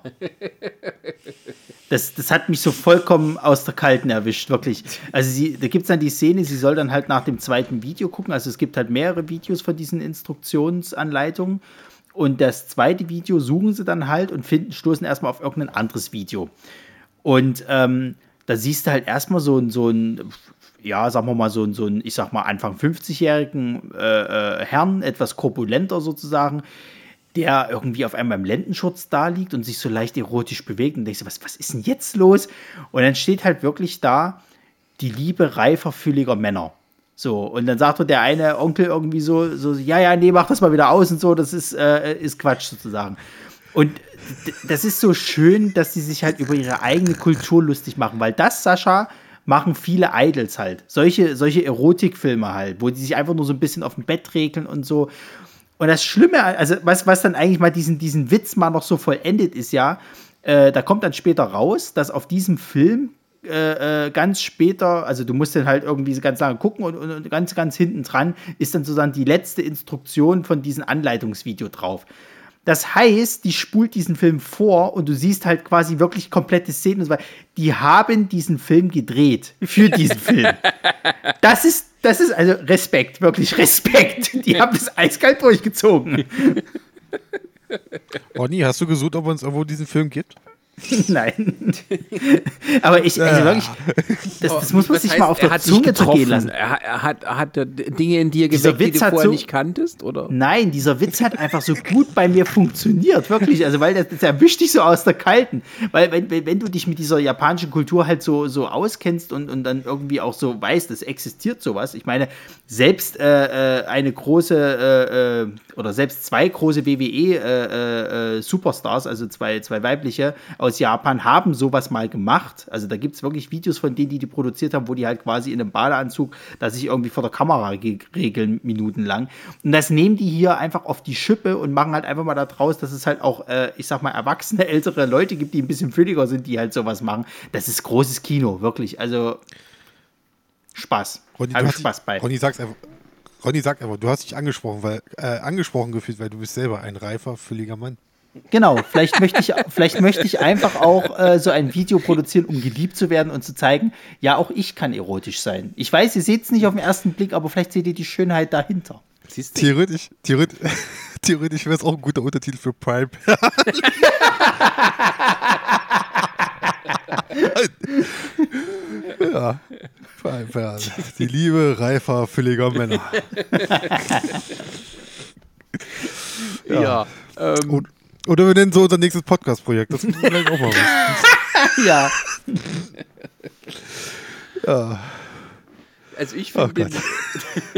Das, das hat mich so vollkommen aus der Kalten erwischt, wirklich. Also sie, da gibt es dann die Szene, sie soll dann halt nach dem zweiten Video gucken. Also es gibt halt mehrere Videos von diesen Instruktionsanleitungen. Und das zweite Video suchen sie dann halt und finden, stoßen erstmal auf irgendein anderes Video. Und ähm, da siehst du halt erstmal so ein, so ein ja, sagen wir mal, so, so einen, ich sag mal, Anfang fünfzigjährigen äh, äh, Herrn, etwas korpulenter sozusagen, der irgendwie auf einmal im Lendenschutz da liegt und sich so leicht erotisch bewegt und denkst du, was, was ist denn jetzt los? Und dann steht halt wirklich da, die Liebe reifer, fülliger Männer. So, und dann sagt der eine Onkel irgendwie so, so, ja, ja, nee, mach das mal wieder aus und so, das ist, äh, ist Quatsch sozusagen. Und d- das ist so schön, dass sie sich halt über ihre eigene Kultur lustig machen, weil das, Sascha, machen viele Idols halt. Solche, solche Erotikfilme halt, wo die sich einfach nur so ein bisschen auf dem Bett regeln und so. Und das Schlimme, also was, was dann eigentlich mal diesen, diesen Witz mal noch so vollendet ist, ja, äh, da kommt dann später raus, dass auf diesem Film äh, äh, ganz später, also du musst dann halt irgendwie ganz lange gucken und, und, und ganz, ganz hinten dran ist dann sozusagen die letzte Instruktion von diesem Anleitungsvideo drauf. Das heißt, die spult diesen Film vor und du siehst halt quasi wirklich komplette Szenen. Und so weiter. Die haben diesen Film gedreht für diesen Film. Das ist, das ist also Respekt, wirklich Respekt. Die haben das eiskalt durchgezogen. Ronny, hast du gesucht, ob es irgendwo diesen Film gibt? Nein. Aber ich, also wirklich, das, das muss man das sich heißt, mal auf der Zunge zergehen lassen. Er, er, hat, er hat Dinge in dir Dieser geweckt, die Witz du hat vorher so, nicht kanntest, oder? Nein, dieser Witz hat einfach so gut bei mir funktioniert, wirklich. Also, weil das, das erwischt dich so aus der Kalten. Weil, wenn, wenn du dich mit dieser japanischen Kultur halt so, so auskennst und, und dann irgendwie auch so weißt, es existiert sowas. Ich meine, selbst äh, äh, eine große äh, oder selbst zwei große W W E-Superstars, äh, äh, also zwei, zwei weibliche, aus Japan haben sowas mal gemacht. Also da gibt es wirklich Videos von denen, die die produziert haben, wo die halt quasi in einem Badeanzug, da sich irgendwie vor der Kamera regeln, minutenlang. Und das nehmen die hier einfach auf die Schippe und machen halt einfach mal da draus, dass es halt auch, äh, ich sag mal, erwachsene, ältere Leute gibt, die ein bisschen fülliger sind, die halt sowas machen. Das ist großes Kino, wirklich. Also Spaß. Ronny, also du Spaß dich, bei. Ronny, sag's einfach, Ronny sagt einfach, du hast dich angesprochen, weil, äh, angesprochen gefühlt, weil du bist selber ein reifer, fülliger Mann. Genau, vielleicht möchte ich, vielleicht möchte ich einfach auch äh, so ein Video produzieren, um geliebt zu werden und zu zeigen, ja, auch ich kann erotisch sein. Ich weiß, ihr seht es nicht auf den ersten Blick, aber vielleicht seht ihr die Schönheit dahinter. Theoretisch, theoretisch, theoretisch wäre es auch ein guter Untertitel für Prime. Ja, Prime Perle. Die Liebe reifer, fülliger Männer. Ja. ja ähm, Und, oder wir nennen so unser nächstes Podcast-Projekt. Das ist vielleicht auch mal was. Ja. Ja. Also ich finde, oh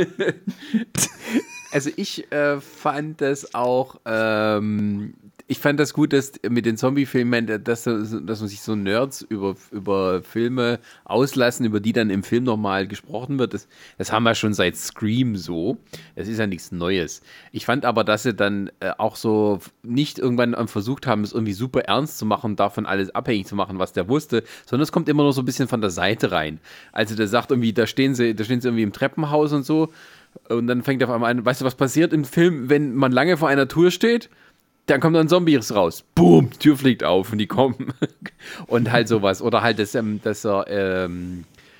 also ich äh, fand das auch, ähm, ich fand das gut, dass mit den Zombie-Filmen, dass, dass man sich so Nerds über, über Filme auslassen, über die dann im Film nochmal gesprochen wird. Das, das haben wir schon seit Scream so. Das ist ja nichts Neues. Ich fand aber, dass sie dann äh, auch so nicht irgendwann versucht haben, es irgendwie super ernst zu machen, davon alles abhängig zu machen, was der wusste, sondern es kommt immer noch so ein bisschen von der Seite rein. Also der sagt irgendwie, da stehen sie, da stehen sie irgendwie im Treppenhaus und so. Und dann fängt er auf einmal an, weißt du, was passiert im Film, wenn man lange vor einer Tür steht? Dann kommt dann Zombies raus. Boom, die Tür fliegt auf und die kommen. Und halt sowas. Oder halt, dass, ähm, dass er ähm,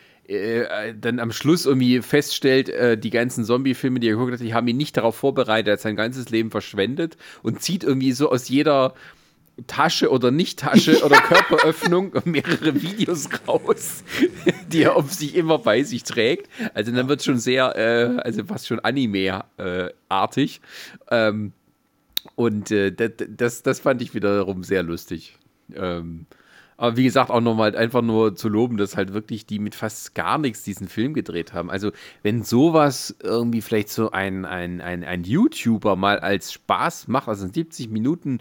äh, dann am Schluss irgendwie feststellt, äh, die ganzen Zombie-Filme, die er geguckt hat, die haben ihn nicht darauf vorbereitet, er hat sein ganzes Leben verschwendet und zieht irgendwie so aus jeder Tasche oder Nicht-Tasche oder Körperöffnung mehrere Videos raus, die er auf sich immer bei sich trägt. Also dann wird es schon sehr, äh, also fast schon Anime-artig. Äh, ähm, Und äh, das, das fand ich wiederum sehr lustig. Ähm, aber wie gesagt, auch nochmal einfach nur zu loben, dass halt wirklich die mit fast gar nichts diesen Film gedreht haben. Also wenn sowas irgendwie vielleicht so ein, ein, ein, ein YouTuber mal als Spaß macht, also ein siebzig Minuten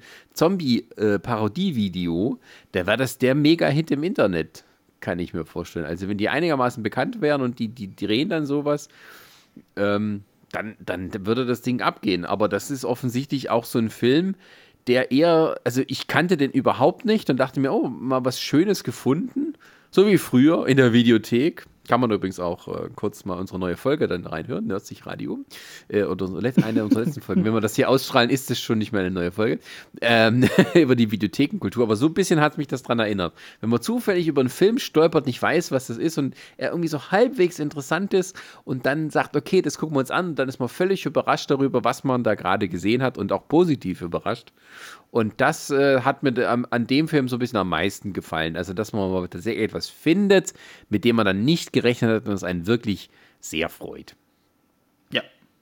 Zombie-Parodie-Video, da wäre das der Mega-Hit im Internet, kann ich mir vorstellen. Also wenn die einigermaßen bekannt wären und die, die drehen dann sowas, ähm, Dann, dann würde das Ding abgehen. Aber das ist offensichtlich auch so ein Film, der eher, also ich kannte den überhaupt nicht und dachte mir, oh, mal was Schönes gefunden. So wie früher in der Videothek. Kann man übrigens auch äh, kurz mal unsere neue Folge dann reinhören, Nerdsich Radio. Äh, oder eine unserer letzten Folgen. Wenn wir das hier ausstrahlen, ist das schon nicht mehr eine neue Folge. Ähm, über die Videothekenkultur. Aber so ein bisschen hat mich das dran erinnert. Wenn man zufällig über einen Film stolpert, nicht weiß, was das ist und er irgendwie so halbwegs interessant ist und dann sagt, okay, das gucken wir uns an und dann ist man völlig überrascht darüber, was man da gerade gesehen hat und auch positiv überrascht. Und das äh, hat mir ähm, an dem Film so ein bisschen am meisten gefallen. Also, dass man mal tatsächlich etwas findet, mit dem man dann nicht gerechnet hat und es einen wirklich sehr freut. Ja,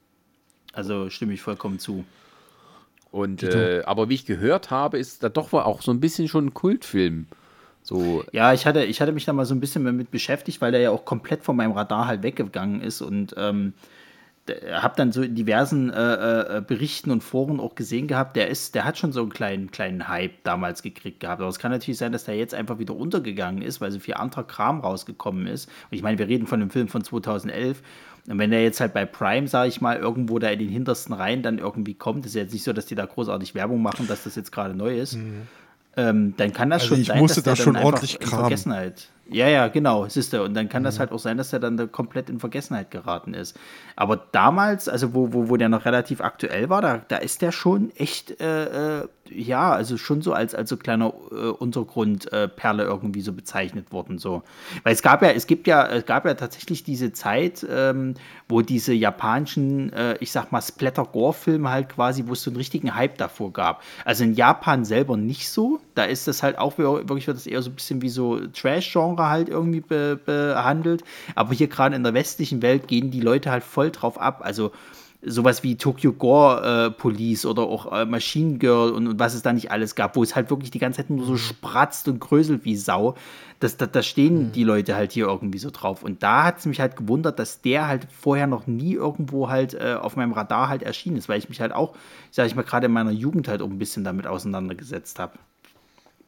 also stimme ich vollkommen zu. Und, äh, aber wie ich gehört habe, ist da doch auch so ein bisschen schon ein Kultfilm. So. Ja, ich hatte, ich hatte mich da mal so ein bisschen damit beschäftigt, weil der ja auch komplett von meinem Radar halt weggegangen ist und ähm, habe dann so in diversen äh, äh, Berichten und Foren auch gesehen gehabt, der ist, der hat schon so einen kleinen, kleinen Hype damals gekriegt gehabt. Aber es kann natürlich sein, dass der jetzt einfach wieder untergegangen ist, weil so viel anderer Kram rausgekommen ist. Und ich meine, wir reden von einem Film von zweitausendelf. Und wenn der jetzt halt bei Prime, sage ich mal, irgendwo da in den hintersten Reihen dann irgendwie kommt, ist ja jetzt nicht so, dass die da großartig Werbung machen, dass das jetzt gerade neu ist. Mhm. Ähm, dann kann das also schon ich sein, musste dass der da schon dann ordentlich einfach in kramen. Vergessenheit. Ja, ja, genau, siehst du. Und dann kann Mhm. das halt auch sein, dass der dann da komplett in Vergessenheit geraten ist. Aber damals, also wo, wo, wo der noch relativ aktuell war, da, da ist der schon echt, äh, äh, ja, also schon so als, als so kleiner äh, Untergrundperle äh, irgendwie so bezeichnet worden. So. Weil es gab ja, es gibt ja, es gab ja tatsächlich diese Zeit, ähm, wo diese japanischen, äh, ich sag mal, Splatter-Gore-Filme halt quasi, wo es so einen richtigen Hype davor gab. Also in Japan selber nicht so. Da ist das halt auch wirklich, wird das eher so ein bisschen wie so Trash-Genre halt irgendwie be- behandelt. Aber hier gerade in der westlichen Welt gehen die Leute halt voll drauf ab. Also sowas wie Tokyo Gore äh, Police oder auch äh, Machine Girl und, und was es da nicht alles gab, wo es halt wirklich die ganze Zeit nur so spratzt und kröselt wie Sau. Das, das, da stehen mhm. die Leute halt hier irgendwie so drauf. Und da hat es mich halt gewundert, dass der halt vorher noch nie irgendwo halt äh, auf meinem Radar halt erschienen ist, weil ich mich halt auch, sag ich mal, gerade in meiner Jugend halt auch ein bisschen damit auseinandergesetzt habe.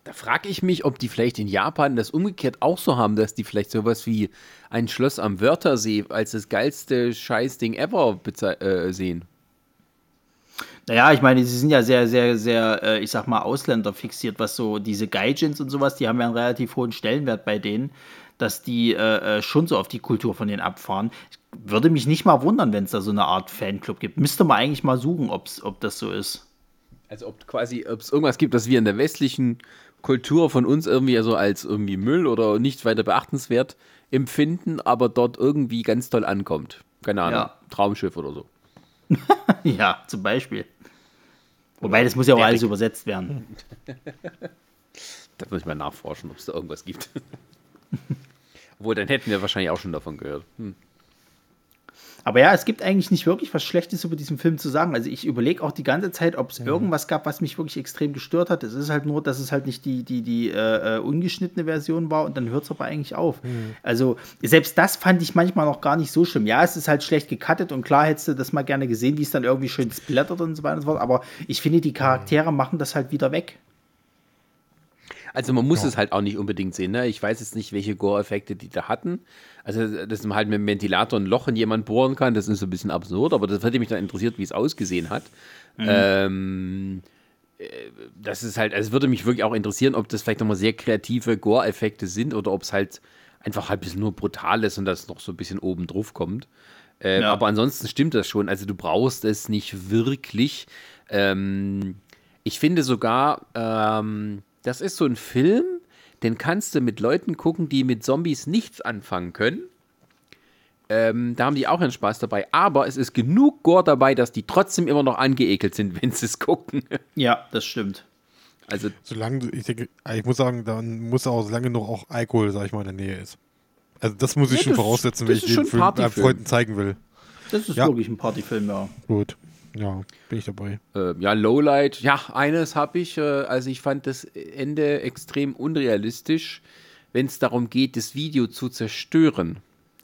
Da frage ich mich, ob die vielleicht in Japan das umgekehrt auch so haben, dass die vielleicht sowas wie ein Schloss am Wörthersee als das geilste Scheißding ever äh, sehen. Naja, ich meine, sie sind ja sehr, sehr, sehr, äh, ich sag mal, Ausländer fixiert, was so diese Gaijins und sowas, die haben ja einen relativ hohen Stellenwert bei denen, dass die äh, schon so auf die Kultur von denen abfahren. Ich würde mich nicht mal wundern, wenn es da so eine Art Fanclub gibt. Müsste man eigentlich mal suchen, ob's, ob das so ist. Also ob quasi, ob es irgendwas gibt, das wir in der westlichen Kultur von uns irgendwie also als irgendwie Müll oder nicht weiter beachtenswert empfinden, aber dort irgendwie ganz toll ankommt. Keine Ahnung, ja. Traumschiff oder so. Ja, zum Beispiel. Wobei, das muss ja auch alles übersetzt werden. Da muss ich mal nachforschen, ob es da irgendwas gibt. Obwohl, dann hätten wir wahrscheinlich auch schon davon gehört. Hm. Aber ja, es gibt eigentlich nicht wirklich was Schlechtes über diesen Film zu sagen. Also ich überlege auch die ganze Zeit, ob es ja. irgendwas gab, was mich wirklich extrem gestört hat. Es ist halt nur, dass es halt nicht die, die, die äh, ungeschnittene Version war und dann hört es aber eigentlich auf. Mhm. Also selbst das fand ich manchmal noch gar nicht so schlimm. Ja, es ist halt schlecht gecuttet und klar hättest du das mal gerne gesehen, wie es dann irgendwie schön splattert und so weiter und so fort. Aber ich finde, die Charaktere mhm. machen das halt wieder weg. Also man muss ja. es halt auch nicht unbedingt sehen. Ne? Ich weiß jetzt nicht, welche Gore-Effekte die da hatten. Also, dass man halt mit dem Ventilator ein Loch in jemanden bohren kann, das ist so ein bisschen absurd, aber das hätte mich dann interessiert, wie es ausgesehen hat. Mhm. Ähm, das ist halt, also es würde mich wirklich auch interessieren, ob das vielleicht nochmal sehr kreative Gore-Effekte sind oder ob es halt einfach halt ein bisschen nur brutal ist und das noch so ein bisschen oben drauf kommt. Äh, ja. Aber ansonsten stimmt das schon. Also du brauchst es nicht wirklich. Ähm, ich finde sogar, ähm, das ist so ein Film, den kannst du mit Leuten gucken, die mit Zombies nichts anfangen können. Ähm, da haben die auch einen Spaß dabei. Aber es ist genug Gore dabei, dass die trotzdem immer noch angeekelt sind, wenn sie es gucken. Ja, das stimmt. Also, solange, ich denke, ich muss sagen, dann muss auch, solange noch auch Alkohol, sag ich mal, in der Nähe ist. Also das muss ich ja, schon das, voraussetzen, wenn ich den Film meinen Freunden zeigen will. Das ist ja. wirklich ein Partyfilm, ja. Gut. Ja, bin ich dabei. Äh, ja, Lowlight. Ja, eines habe ich. Äh, also ich fand das Ende extrem unrealistisch, wenn es darum geht, das Video zu zerstören.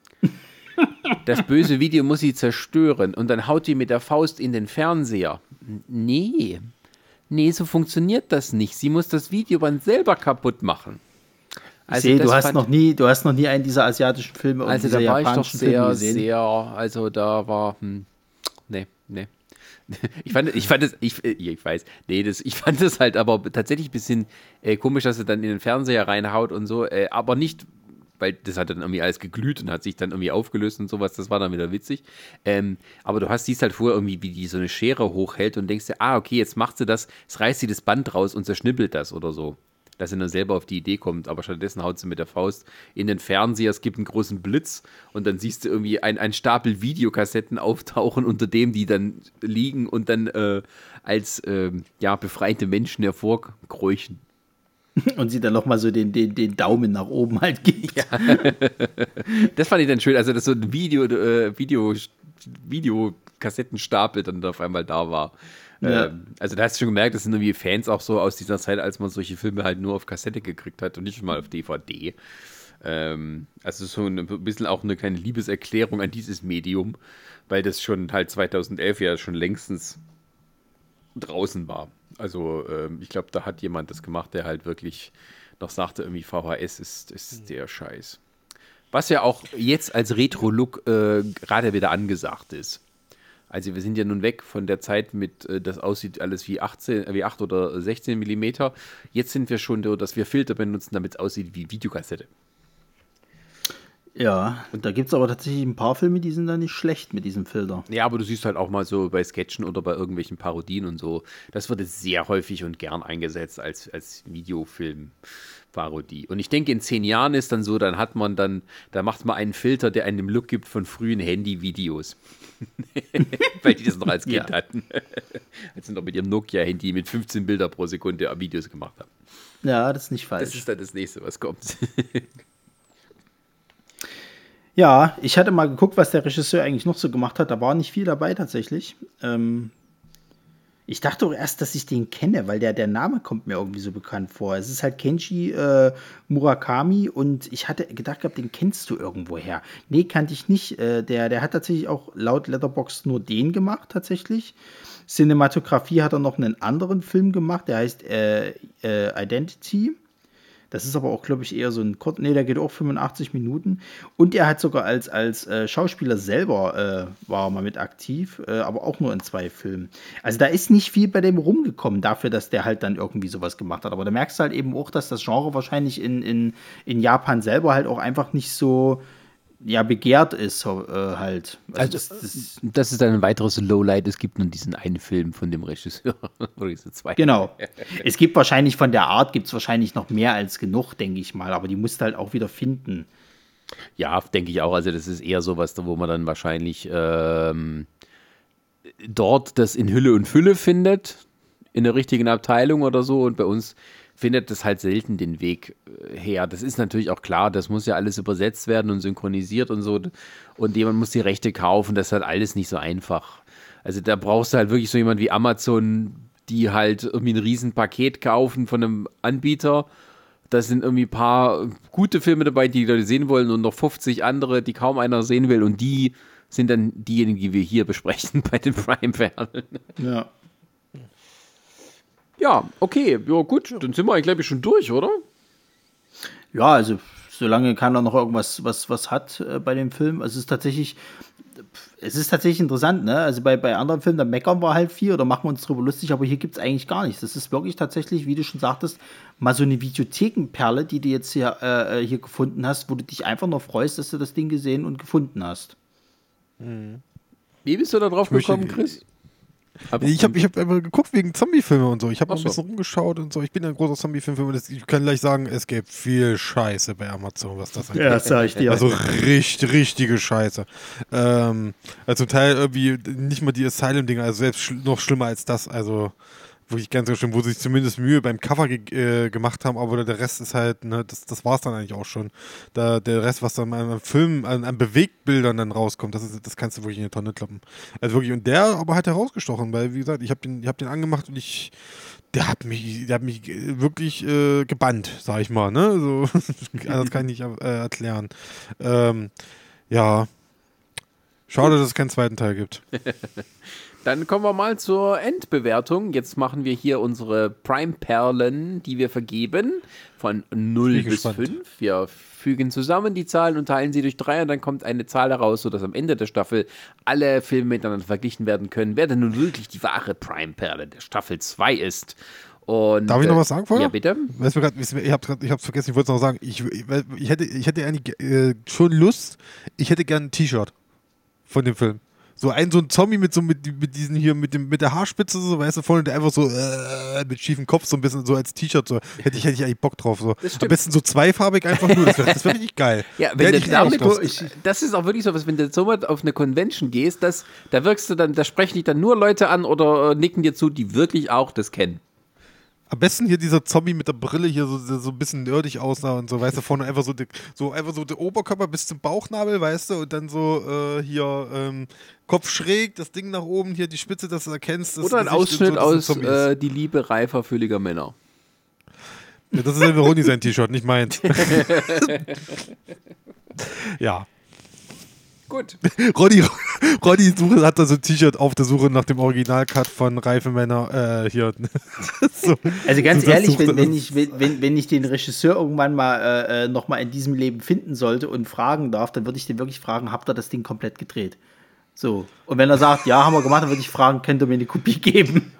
Das böse Video muss sie zerstören und dann haut die mit der Faust in den Fernseher. Nee. Nee, so funktioniert das nicht. Sie muss das Videoband selber kaputt machen. Also ich sehe, du hast noch nie, du hast noch nie einen dieser asiatischen Filme also oder dieser da war japanischen ich doch sehr, Filme gesehen. sehr, also da war, hm, nee, nee. Ich fand, ich fand es, ich, ich weiß, nee, das, ich fand es halt aber tatsächlich ein bisschen äh, komisch, dass er dann in den Fernseher reinhaut und so, äh, aber nicht, weil das hat dann irgendwie alles geglüht und hat sich dann irgendwie aufgelöst und sowas, das war dann wieder witzig. Ähm, aber du hast, siehst halt vorher irgendwie, wie die so eine Schere hochhält und denkst dir, ah, okay, jetzt macht sie das, jetzt reißt sie das Band raus und zerschnippelt das oder so. Dass sie dann selber auf die Idee kommt, aber stattdessen haut sie mit der Faust in den Fernseher, es gibt einen großen Blitz und dann siehst du irgendwie ein, ein Stapel Videokassetten auftauchen, unter dem die dann liegen und dann äh, als äh, ja, befreite Menschen hervorkräuchen. Und sie dann nochmal so den, den, den Daumen nach oben halt gibt. Ja. Das fand ich dann schön, also dass so ein Video, äh, Video, Videokassettenstapel dann auf einmal da war. Ja. Ähm, also da hast du schon gemerkt, das sind irgendwie Fans auch so aus dieser Zeit, als man solche Filme halt nur auf Kassette gekriegt hat und nicht mal auf D V D. Ähm, also so ein bisschen auch eine kleine Liebeserklärung an dieses Medium, weil das schon halt zweitausendelf ja schon längstens draußen war. Also ähm, ich glaube, da hat jemand das gemacht, der halt wirklich noch sagte, irgendwie V H S ist, ist der Scheiß. Was ja auch jetzt als Retro-Look äh, gerade wieder angesagt ist. Also wir sind ja nun weg von der Zeit mit, äh, das aussieht alles wie achtzehn, wie acht oder sechzehn Millimeter. Jetzt sind wir schon so, dass wir Filter benutzen, damit es aussieht wie Videokassette. Ja, und da gibt es aber tatsächlich ein paar Filme, die sind da nicht schlecht mit diesem Filter. Ja, aber du siehst halt auch mal so bei Sketchen oder bei irgendwelchen Parodien und so, das wird sehr häufig und gern eingesetzt als, als Videofilm-Parodie. Und ich denke, in zehn Jahren ist dann so, dann hat man dann, da macht man einen Filter, der einen den Look gibt von frühen Handy-Videos. Weil die das noch als Kind ja. hatten. Als sie noch mit ihrem Nokia-Handy mit fünfzehn Bilder pro Sekunde Videos gemacht haben. Ja, das ist nicht falsch. Das ist dann das nächste, was kommt. Ja, ich hatte mal geguckt, was der Regisseur eigentlich noch so gemacht hat. Da war nicht viel dabei tatsächlich. Ähm, Ich dachte auch erst, dass ich den kenne, weil der, der Name kommt mir irgendwie so bekannt vor. Es ist halt Kenji äh, Murakami und ich hatte gedacht gehabt, den kennst du irgendwoher. Nee, kannte ich nicht. Äh, der, der hat tatsächlich auch laut Letterboxd nur den gemacht, tatsächlich. Cinematografie hat er noch einen anderen Film gemacht, der heißt äh, äh, Identity. Das ist aber auch, glaube ich, eher so ein Kurt. Nee, der geht auch fünfundachtzig Minuten. Und er hat sogar als, als äh, Schauspieler selber äh, war mal mit aktiv, äh, aber auch nur in zwei Filmen. Also da ist nicht viel bei dem rumgekommen, dafür, dass der halt dann irgendwie sowas gemacht hat. Aber da merkst du halt eben auch, dass das Genre wahrscheinlich in, in, in Japan selber halt auch einfach nicht so ja, begehrt ist, äh, halt. Also, das, das, das ist dann ein weiteres Lowlight. Es gibt nur diesen einen Film von dem Regisseur. Oder diese zwei. Genau. Es gibt wahrscheinlich von der Art, gibt es wahrscheinlich noch mehr als genug, denke ich mal. Aber die musst du halt auch wieder finden. Ja, denke ich auch. Also das ist eher sowas, wo man dann wahrscheinlich ähm, dort das in Hülle und Fülle findet, in der richtigen Abteilung oder so. Und bei uns findet das halt selten den Weg her. Das ist natürlich auch klar, das muss ja alles übersetzt werden und synchronisiert und so. Und jemand muss die Rechte kaufen, das ist halt alles nicht so einfach. Also da brauchst du halt wirklich so jemand wie Amazon, die halt irgendwie ein Riesenpaket kaufen von einem Anbieter. Da sind irgendwie ein paar gute Filme dabei, die die Leute sehen wollen und noch fünfzig andere, die kaum einer sehen will. Und die sind dann diejenigen, die wir hier besprechen bei den Prime-Perlen. Ja. Ja, okay, ja gut, dann sind wir eigentlich, glaube ich, schon durch, oder? Ja, also solange keiner noch irgendwas was, was hat äh, bei dem Film. Also es ist tatsächlich, es ist tatsächlich interessant, ne? Also bei, bei anderen Filmen, da meckern wir halt viel oder machen wir uns drüber lustig, aber hier gibt es eigentlich gar nichts. Das ist wirklich tatsächlich, wie du schon sagtest, mal so eine Videothekenperle, die du jetzt hier, äh, hier gefunden hast, wo du dich einfach nur freust, dass du das Ding gesehen und gefunden hast. Wie bist du da drauf gekommen, Chris? Aber ich habe ich hab einfach geguckt wegen Zombie-Filme und so. Ich habe Ach ein so. bisschen rumgeschaut und so. Ich bin ein großer Zombie-Film und ich kann gleich sagen, es gibt viel Scheiße bei Amazon, was das angeht. Ja, das sag ich dir. Also richtig, richtige Scheiße. Ähm, also zum Teil irgendwie nicht mal die Asylum-Dinger, also selbst schl- noch schlimmer als das. Also wirklich ganz, ganz schlimm, wo sie sich zumindest Mühe beim Cover ge- äh, gemacht haben, aber der Rest ist halt, ne, das, das war es dann eigentlich auch schon. Da, der Rest, was dann an Filmen, an, an Bewegtbildern dann rauskommt, das, ist, das kannst du wirklich in eine Tonne kloppen. Also wirklich, und der aber hat herausgestochen, weil, wie gesagt, ich habe den, ich hab den angemacht und ich, der hat mich, der hat mich wirklich äh, gebannt, sag ich mal, ne, so, das kann ich nicht äh, erklären. Ähm, ja, schade, dass es keinen zweiten Teil gibt. Dann kommen wir mal zur Endbewertung. Jetzt machen wir hier unsere Prime-Perlen, die wir vergeben, von null Bin bis gespannt. fünf. Wir fügen zusammen die Zahlen und teilen sie durch drei und dann kommt eine Zahl heraus, sodass am Ende der Staffel alle Filme miteinander verglichen werden können, wer denn nun wirklich die wahre Prime-Perle der Staffel zwei ist. Und, Darf ich noch was sagen vorher? Ja, bitte. Weißt du, grad, ich habe ich hab's vergessen, ich wollte es noch sagen. Ich, ich, ich, hätte, ich hätte eigentlich äh, schon Lust, ich hätte gerne ein T-Shirt von dem Film. So ein, so ein Zombie mit so mit, mit diesen hier, mit dem, mit der Haarspitze, so, weißt du, vorne, der einfach so äh, mit schiefem Kopf, so ein bisschen so als T-Shirt, so, hätte ich, hätte ich eigentlich Bock drauf. So. Am besten so zweifarbig einfach nur, das wäre das wär richtig geil. Ja, Da wenn hätte du ich richtig damit, Bock drauf. das ist auch wirklich so was, wenn du so mal auf eine Convention gehst, das, da wirkst du dann, da sprechen dich dann nur Leute an oder äh, nicken dir zu, die wirklich auch das kennen. Am besten hier dieser Zombie mit der Brille hier so, so ein bisschen nerdig aussah und so, weißt du, vorne einfach so, die, so einfach so der Oberkörper bis zum Bauchnabel, weißt du, und dann so äh, hier ähm, Kopf schräg, das Ding nach oben, hier die Spitze, dass du erkennst. Das Oder ein Gesicht und Ausschnitt so, dass es ein aus Zombie ist. äh, Die Liebe reifer, fülliger Männer. Ja, das ist ja Ronny sein T-Shirt, nicht meins. Ja. Gut. Ronny, Ronny suche, hat da so ein T-Shirt auf der Suche nach dem Originalcut von Reife Männer äh, hier. So. Also ganz So, das ehrlich, sucht wenn, er- wenn, ich, wenn, wenn ich den Regisseur irgendwann mal äh, noch mal in diesem Leben finden sollte und fragen darf, dann würde ich den wirklich fragen, habt ihr das Ding komplett gedreht? So. Und wenn er sagt, ja, haben wir gemacht, dann würde ich fragen, könnt ihr mir eine Kopie geben?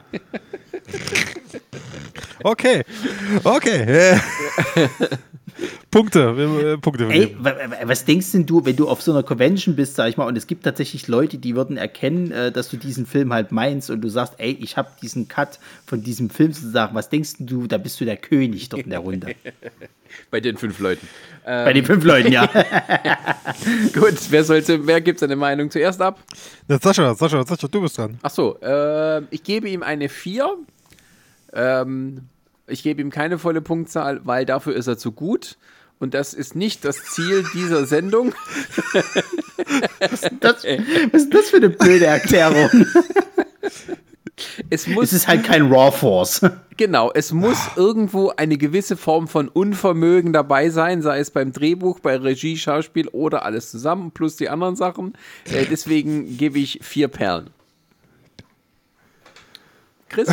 Okay, okay. Punkte, äh, Punkte. Ey, wa- wa- was denkst denn du, wenn du auf so einer Convention bist, sag ich mal, und es gibt tatsächlich Leute, die würden erkennen, äh, dass du diesen Film halt meinst und du sagst, ey, ich habe diesen Cut von diesem Film zu sagen, was denkst denn du, da bist du der König dort in der Runde. Bei den fünf Leuten. Bei den fünf Leuten, ja. Gut, wer sollte, wer gibt seine Meinung zuerst ab? Na, Sascha, Sascha, Sascha, du bist dran. Ach so, äh, ich gebe ihm eine vier. Ähm, ich gebe ihm keine volle Punktzahl, weil dafür ist er zu gut. Und das ist nicht das Ziel dieser Sendung. Das, was ist das für eine blöde Erklärung? Es, muss, es ist halt kein Raw Force. Genau, es muss irgendwo eine gewisse Form von Unvermögen dabei sein, sei es beim Drehbuch, bei Regie, Schauspiel oder alles zusammen, plus die anderen Sachen. Äh, deswegen gebe ich vier Perlen. Chris?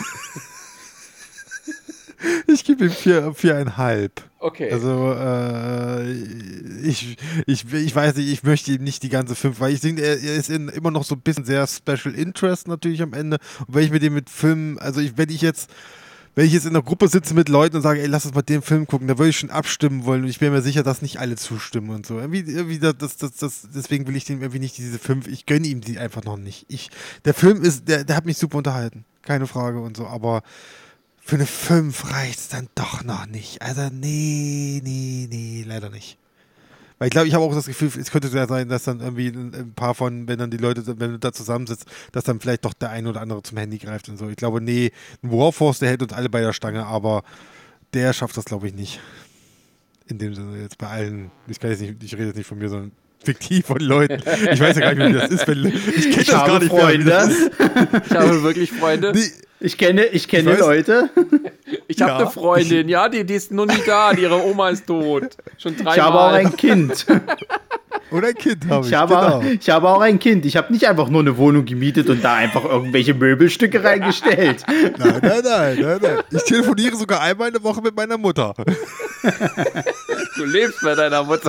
Ich gebe ihm vier, viereinhalb. Okay. Also, äh, ich, ich, ich weiß nicht, ich möchte ihm nicht die ganze fünf, weil ich denke, er, er ist in, immer noch so ein bisschen sehr Special Interest natürlich am Ende. Und wenn ich mit dem mit Filmen, also ich, wenn ich jetzt, wenn ich jetzt in einer Gruppe sitze mit Leuten und sage, ey, lass uns mal den Film gucken, da würde ich schon abstimmen wollen und ich bin mir sicher, dass nicht alle zustimmen und so. Irgendwie, irgendwie das, das, das, das, deswegen will ich dem irgendwie nicht diese fünf, ich gönne ihm die einfach noch nicht. Ich, der Film ist, der, der hat mich super unterhalten, keine Frage und so, aber für eine fünf reicht es dann doch noch nicht. Also nee, nee, nee, leider nicht. Weil ich glaube, ich habe auch das Gefühl, es könnte ja sein, dass dann irgendwie ein, ein paar von, wenn dann die Leute, wenn du da zusammensitzt, dass dann vielleicht doch der ein oder andere zum Handy greift und so. Ich glaube, nee, ein Warforce, der hält uns alle bei der Stange, aber der schafft das, glaube ich, nicht. In dem Sinne jetzt bei allen, ich kann jetzt nicht, ich rede jetzt nicht von mir, sondern fiktiv von Leuten. Ich weiß ja gar nicht, wie das ist. Wenn, ich kenne das gar nicht Freunde. mehr. Wie das ist. Ich habe wirklich Freunde. Nee. Ich kenne, ich kenne Ich weiß- Leute. Ich habe Ja. eine Freundin, ja, die, die ist noch nie da, die, ihre Oma ist tot. Schon dreimal. Ich habe auch ein Kind. Oder ein Kind habe ich, Ich habe, genau. auch, ich habe auch ein Kind. Ich habe nicht einfach nur eine Wohnung gemietet und da einfach irgendwelche Möbelstücke reingestellt. Nein, nein, nein, nein, nein. Ich telefoniere sogar einmal in der Woche mit meiner Mutter. Du lebst bei deiner Mutter.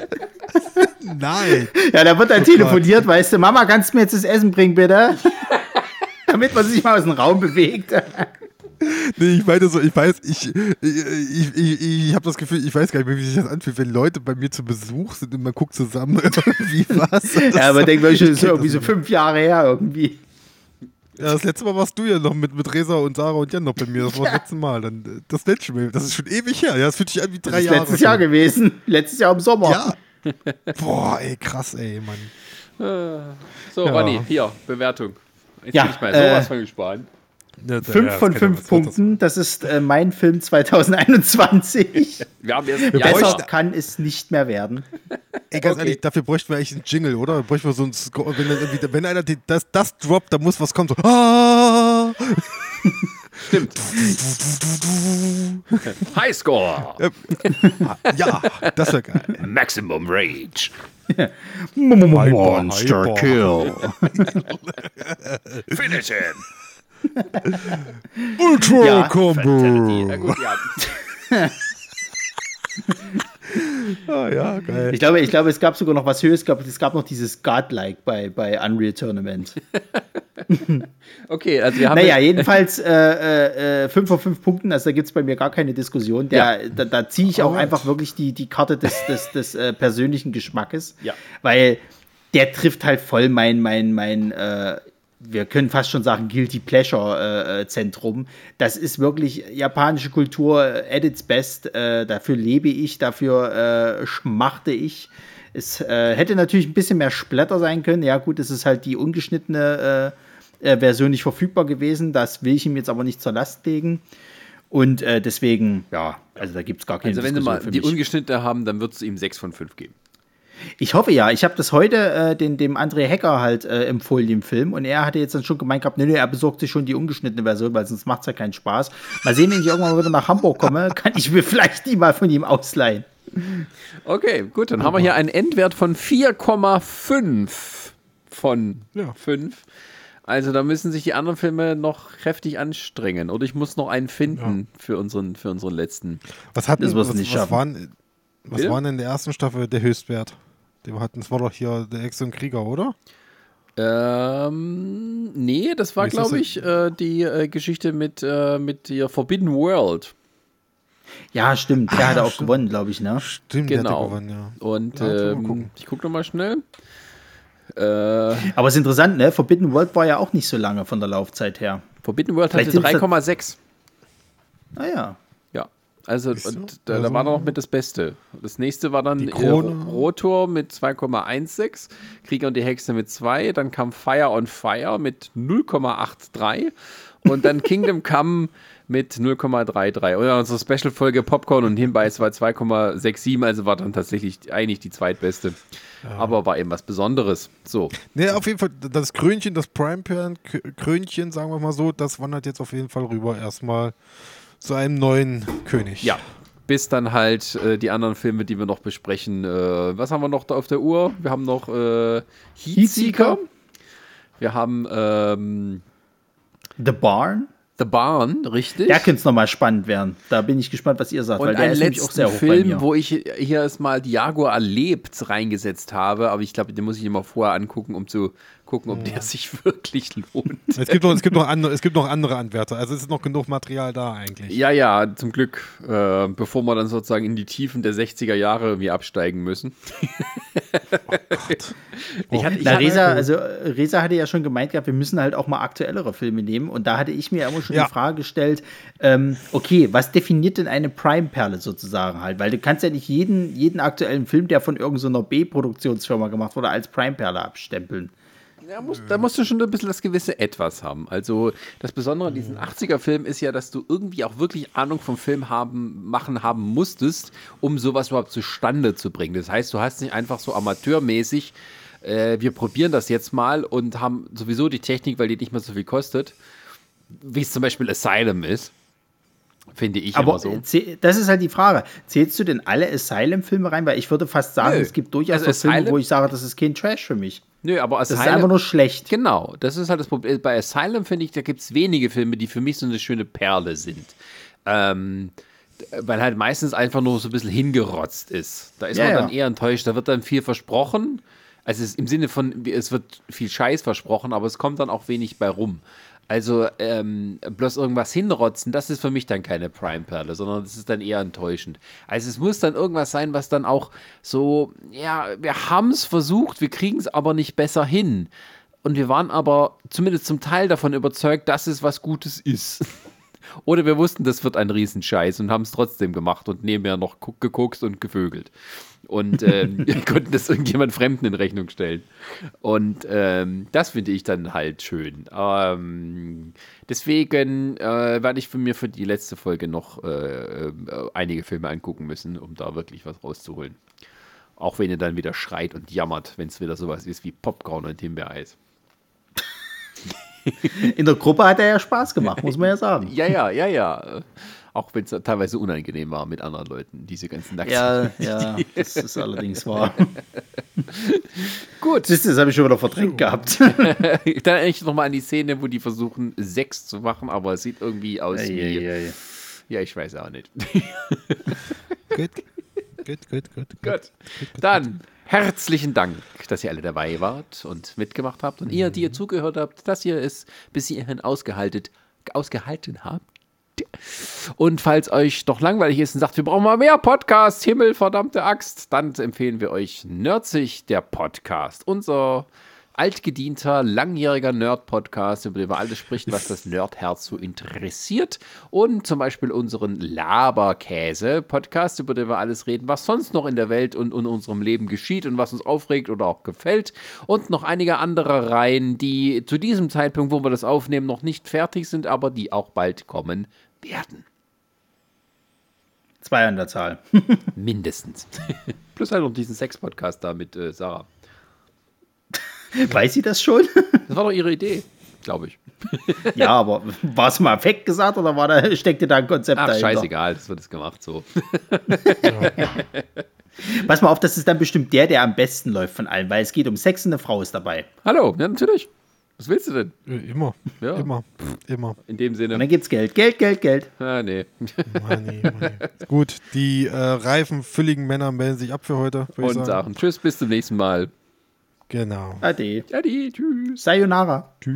Nein. Ja, da wird dann Oh telefoniert, weißt du, Mama, kannst du mir jetzt das Essen bringen, bitte? Damit man sich mal aus dem Raum bewegt. Nee, ich meine so, ich weiß, ich, ich, ich, ich habe das Gefühl, ich weiß gar nicht mehr, wie sich das anfühlt, wenn Leute bei mir zu Besuch sind und man guckt zusammen irgendwie was. Das Ja, aber so, denk mal, das ist kenn irgendwie das so nicht. fünf Jahre her irgendwie. Ja, das letzte Mal warst du ja noch mit, mit Resa und Sarah und Jan noch bei mir. Das war das letzte Mal. Dann, das letzte Mal. Das ist schon ewig her. Ja, das fühlt sich an wie drei Das ist Jahre. letztes Jahr schon. gewesen. Letztes Jahr im Sommer. Ja. Boah, ey, krass, ey, Mann. So, Ja. Ronny, hier, Bewertung. Jetzt Ja, bin ich mal äh, sowas von gespannt. Ja, Fünf ja, von das kann- fünf was wird das? Punkten. Das ist äh, mein Film zwanzig einundzwanzig. Wir haben jetzt Wir ja, Besser bräuchten- kann es nicht mehr werden. Ey, ganz Okay. ehrlich, dafür bräuchten wir eigentlich einen Jingle, oder? Bräuchten wir so ein Score, wenn, dann irgendwie- wenn einer die, das, das droppt, da muss was kommen. So. Ah! stimmt. Highscore. Ja, das wäre geil. Maximum Rage. Monster hyper. Kill. Finish him. Ultra Ja, Combo. Ja, gut, ja. Ah, ja, geil. Ich glaube, ich glaube, es gab sogar noch was Höheres. Ich glaube, es gab noch dieses Godlike bei, bei Unreal Tournament. Okay, also wir haben. Naja, jedenfalls äh, äh, fünf von fünf Punkten, also da gibt es bei mir gar keine Diskussion. Der, Da, da ziehe ich auch Alright. einfach wirklich die, die Karte des, des, des äh, persönlichen Geschmackes. Ja. Weil der trifft halt voll mein, mein, mein, äh, wir können fast schon sagen, Guilty Pleasure äh, Zentrum. Das ist wirklich japanische Kultur at its best. Äh, dafür lebe ich, dafür äh, schmachte ich. Es äh, hätte natürlich ein bisschen mehr Splatter sein können. Ja gut, es ist halt die ungeschnittene äh, äh, Version nicht verfügbar gewesen. Das will ich ihm jetzt aber nicht zur Last legen. Und äh, deswegen, ja, also da gibt es gar keine Also wenn Sie Diskussion mal für die mich. ungeschnittene haben, dann wird es ihm sechs von fünf geben. Ich hoffe ja. Ich habe das heute äh, den, dem André Hecker halt äh, empfohlen, dem Film. Und er hatte jetzt dann schon gemeint gehabt, nee, nee, er besorgt sich schon die ungeschnittene Version, weil sonst macht es ja keinen Spaß. Mal sehen, wenn ich irgendwann mal wieder nach Hamburg komme, kann ich mir vielleicht die mal von ihm ausleihen. Okay, gut, dann haben wir hier einen Endwert von vier Komma fünf von Ja. fünf. Also da müssen sich die anderen Filme noch kräftig anstrengen. Oder ich muss noch einen finden für, unseren, für unseren letzten. Was hatten Das wirst was, du nicht was schaffen. waren, was Bitte? waren in der ersten Staffel der Höchstwert? Den wir hatten, das war doch hier der Ex und Krieger, oder? Ähm, nee, das war, Wie ist das glaube ich, äh, die äh, Geschichte mit, äh, mit der Forbidden World. Ja, stimmt. Der Ah, hat auch stimmt. gewonnen, glaube ich, ne? Stimmt, der Genau. hat gewonnen, ja. Und Ja, jetzt mal ähm, gucken. ich gucke nochmal schnell. Äh, Aber es ist interessant, ne? Forbidden World war ja auch nicht so lange von der Laufzeit her. Forbidden World Vielleicht hatte sind es drei Komma sechs. Naja. Ja, also Siehst du? und da, da Also- war noch mit das Beste. Das nächste war dann Die äh, Krone. Rotor mit zwei Komma sechzehn, Krieger und die Hexe mit zwei, dann kam Fire on Fire mit null Komma dreiundachtzig Und dann Kingdom Come mit null Komma dreiunddreißig. Und unsere Special-Folge Popcorn und Hinweis war zwei Komma siebenundsechzig, also war dann tatsächlich eigentlich die zweitbeste. Ja. Aber war eben was Besonderes. So. Ne, auf jeden Fall, das Krönchen, das Prime-Krönchen, sagen wir mal so, das wandert jetzt auf jeden Fall rüber erstmal zu einem neuen König. Ja. Bis dann halt äh, die anderen Filme, die wir noch besprechen. Äh, was haben wir noch da auf der Uhr? Wir haben noch äh, Heatseeker. Wir haben ähm, The Barn. The Barn, richtig. Der könnte es nochmal spannend werden. Da bin ich gespannt, was ihr sagt, und weil der ist nämlich auch sehr hoch Film, bei mir. Wo ich hier erstmal Diago erlebt reingesetzt habe, aber ich glaube, den muss ich immer vorher angucken, um zu gucken, ob ja. der sich wirklich lohnt. Es gibt noch, es gibt noch, andere, es gibt noch andere Anwärter, also es ist noch genug Material da eigentlich. Ja, ja, zum Glück, äh, bevor wir dann sozusagen in die Tiefen der sechziger Jahre irgendwie absteigen müssen. Oh Gott. Ich hatte, ich Na, Reza, also Reza hatte ja schon gemeint gehabt, wir müssen halt auch mal aktuellere Filme nehmen und da hatte ich mir immer schon ja. die Frage gestellt, ähm, okay, was definiert denn eine Prime-Perle sozusagen halt, weil du kannst ja nicht jeden, jeden aktuellen Film, der von irgendeiner B-Produktionsfirma gemacht wurde, als Prime-Perle abstempeln. Ja, musst, da musst du schon ein bisschen das gewisse Etwas haben. Also das Besondere an diesen achtziger-Filmen ist ja, dass du irgendwie auch wirklich Ahnung vom Film haben, machen haben musstest, um sowas überhaupt zustande zu bringen. Das heißt, du hast nicht einfach so amateurmäßig, äh, wir probieren das jetzt mal und haben sowieso die Technik, weil die nicht mehr so viel kostet, wie es zum Beispiel Asylum ist. Finde ich aber immer so. Das ist halt die Frage. Zählst du denn alle Asylum-Filme rein? Weil ich würde fast sagen, Nö. es gibt durchaus also Filme, Asylum, wo ich sage, das ist kein Trash für mich. Nö, aber Asylum, das ist einfach nur schlecht. Genau, das ist halt das Problem. Bei Asylum, finde ich, da gibt es wenige Filme, die für mich so eine schöne Perle sind. Ähm, weil halt meistens einfach nur so ein bisschen hingerotzt ist. Da ist ja, man dann ja. eher enttäuscht. Da wird dann viel versprochen. Also es ist im Sinne von, es wird viel Scheiß versprochen, aber es kommt dann auch wenig bei rum. Also ähm, bloß irgendwas hinrotzen, das ist für mich dann keine Prime-Perle, sondern das ist dann eher enttäuschend. Also es muss dann irgendwas sein, was dann auch so, ja, wir haben es versucht, wir kriegen es aber nicht besser hin. Und wir waren aber zumindest zum Teil davon überzeugt, dass es was Gutes ist. Oder wir wussten, das wird ein Riesenscheiß und haben es trotzdem gemacht und nebenher noch gekokst und gevögelt. Und ähm, konnten das irgendjemand Fremden in Rechnung stellen. Und ähm, das finde ich dann halt schön. Ähm, deswegen äh, werde ich für mir für die letzte Folge noch äh, einige Filme angucken müssen, um da wirklich was rauszuholen. Auch wenn ihr dann wieder schreit und jammert, wenn es wieder sowas ist wie Popcorn und Himbeereis. In der Gruppe hat er ja Spaß gemacht, muss man ja sagen. Ja, ja, ja, ja. Auch wenn es teilweise unangenehm war mit anderen Leuten, diese ganzen Nachsen. Ja, ja, das ist allerdings wahr. Gut. Siehst du, das habe ich schon wieder verdrängt gehabt. Dann eigentlich nochmal an die Szene, wo die versuchen, Sex zu machen, aber es sieht irgendwie aus ei, wie... Ei, ei. Ja, ich weiß auch nicht. Gut, gut, gut, gut. Gut, dann... Herzlichen Dank, dass ihr alle dabei wart und mitgemacht habt. Und ihr, die ihr zugehört habt, dass ihr es bis hierhin ausgehalten, ausgehalten habt. Und falls euch doch langweilig ist und sagt, wir brauchen mal mehr Podcasts, Himmel, verdammte Axt, dann empfehlen wir euch Nerdsig, der Podcast. Unser altgedienter, langjähriger Nerd-Podcast, über den wir alles sprechen, was das Nerdherz so interessiert. Und zum Beispiel unseren Laberkäse-Podcast, über den wir alles reden, was sonst noch in der Welt und in unserem Leben geschieht und was uns aufregt oder auch gefällt. Und noch einige andere Reihen, die zu diesem Zeitpunkt, wo wir das aufnehmen, noch nicht fertig sind, aber die auch bald kommen werden. Zwei an der Zahl. Mindestens. Plus halt noch diesen Sex-Podcast da mit äh, Sarah. Weiß sie das schon? Das war doch ihre Idee, glaube ich. Ja, aber war es mal Effekt gesagt oder war da, steckte da ein Konzept Ach, dahinter? Scheißegal, das wird es gemacht so. Pass mal auf, das ist dann bestimmt der, der am besten läuft von allen, weil es geht um Sex und eine Frau ist dabei. Hallo, ja natürlich. Was willst du denn? Immer, ja. immer, immer. In dem Sinne. Und dann gibt's Geld, Geld, Geld, Geld. Ah, nee. Money, money. Gut, die äh, reifen, fülligen Männer melden sich ab für heute. Und sagen. sagen tschüss, bis zum nächsten Mal. Genau. Ade. Ade, tschüss. Sayonara. Tschüss.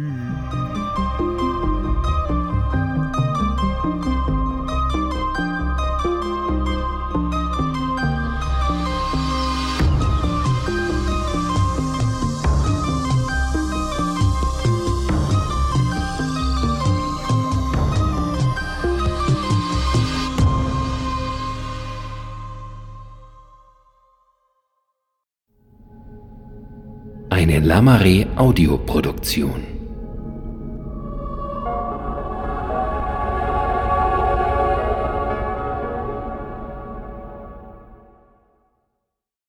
Eine Lamare Audioproduktion.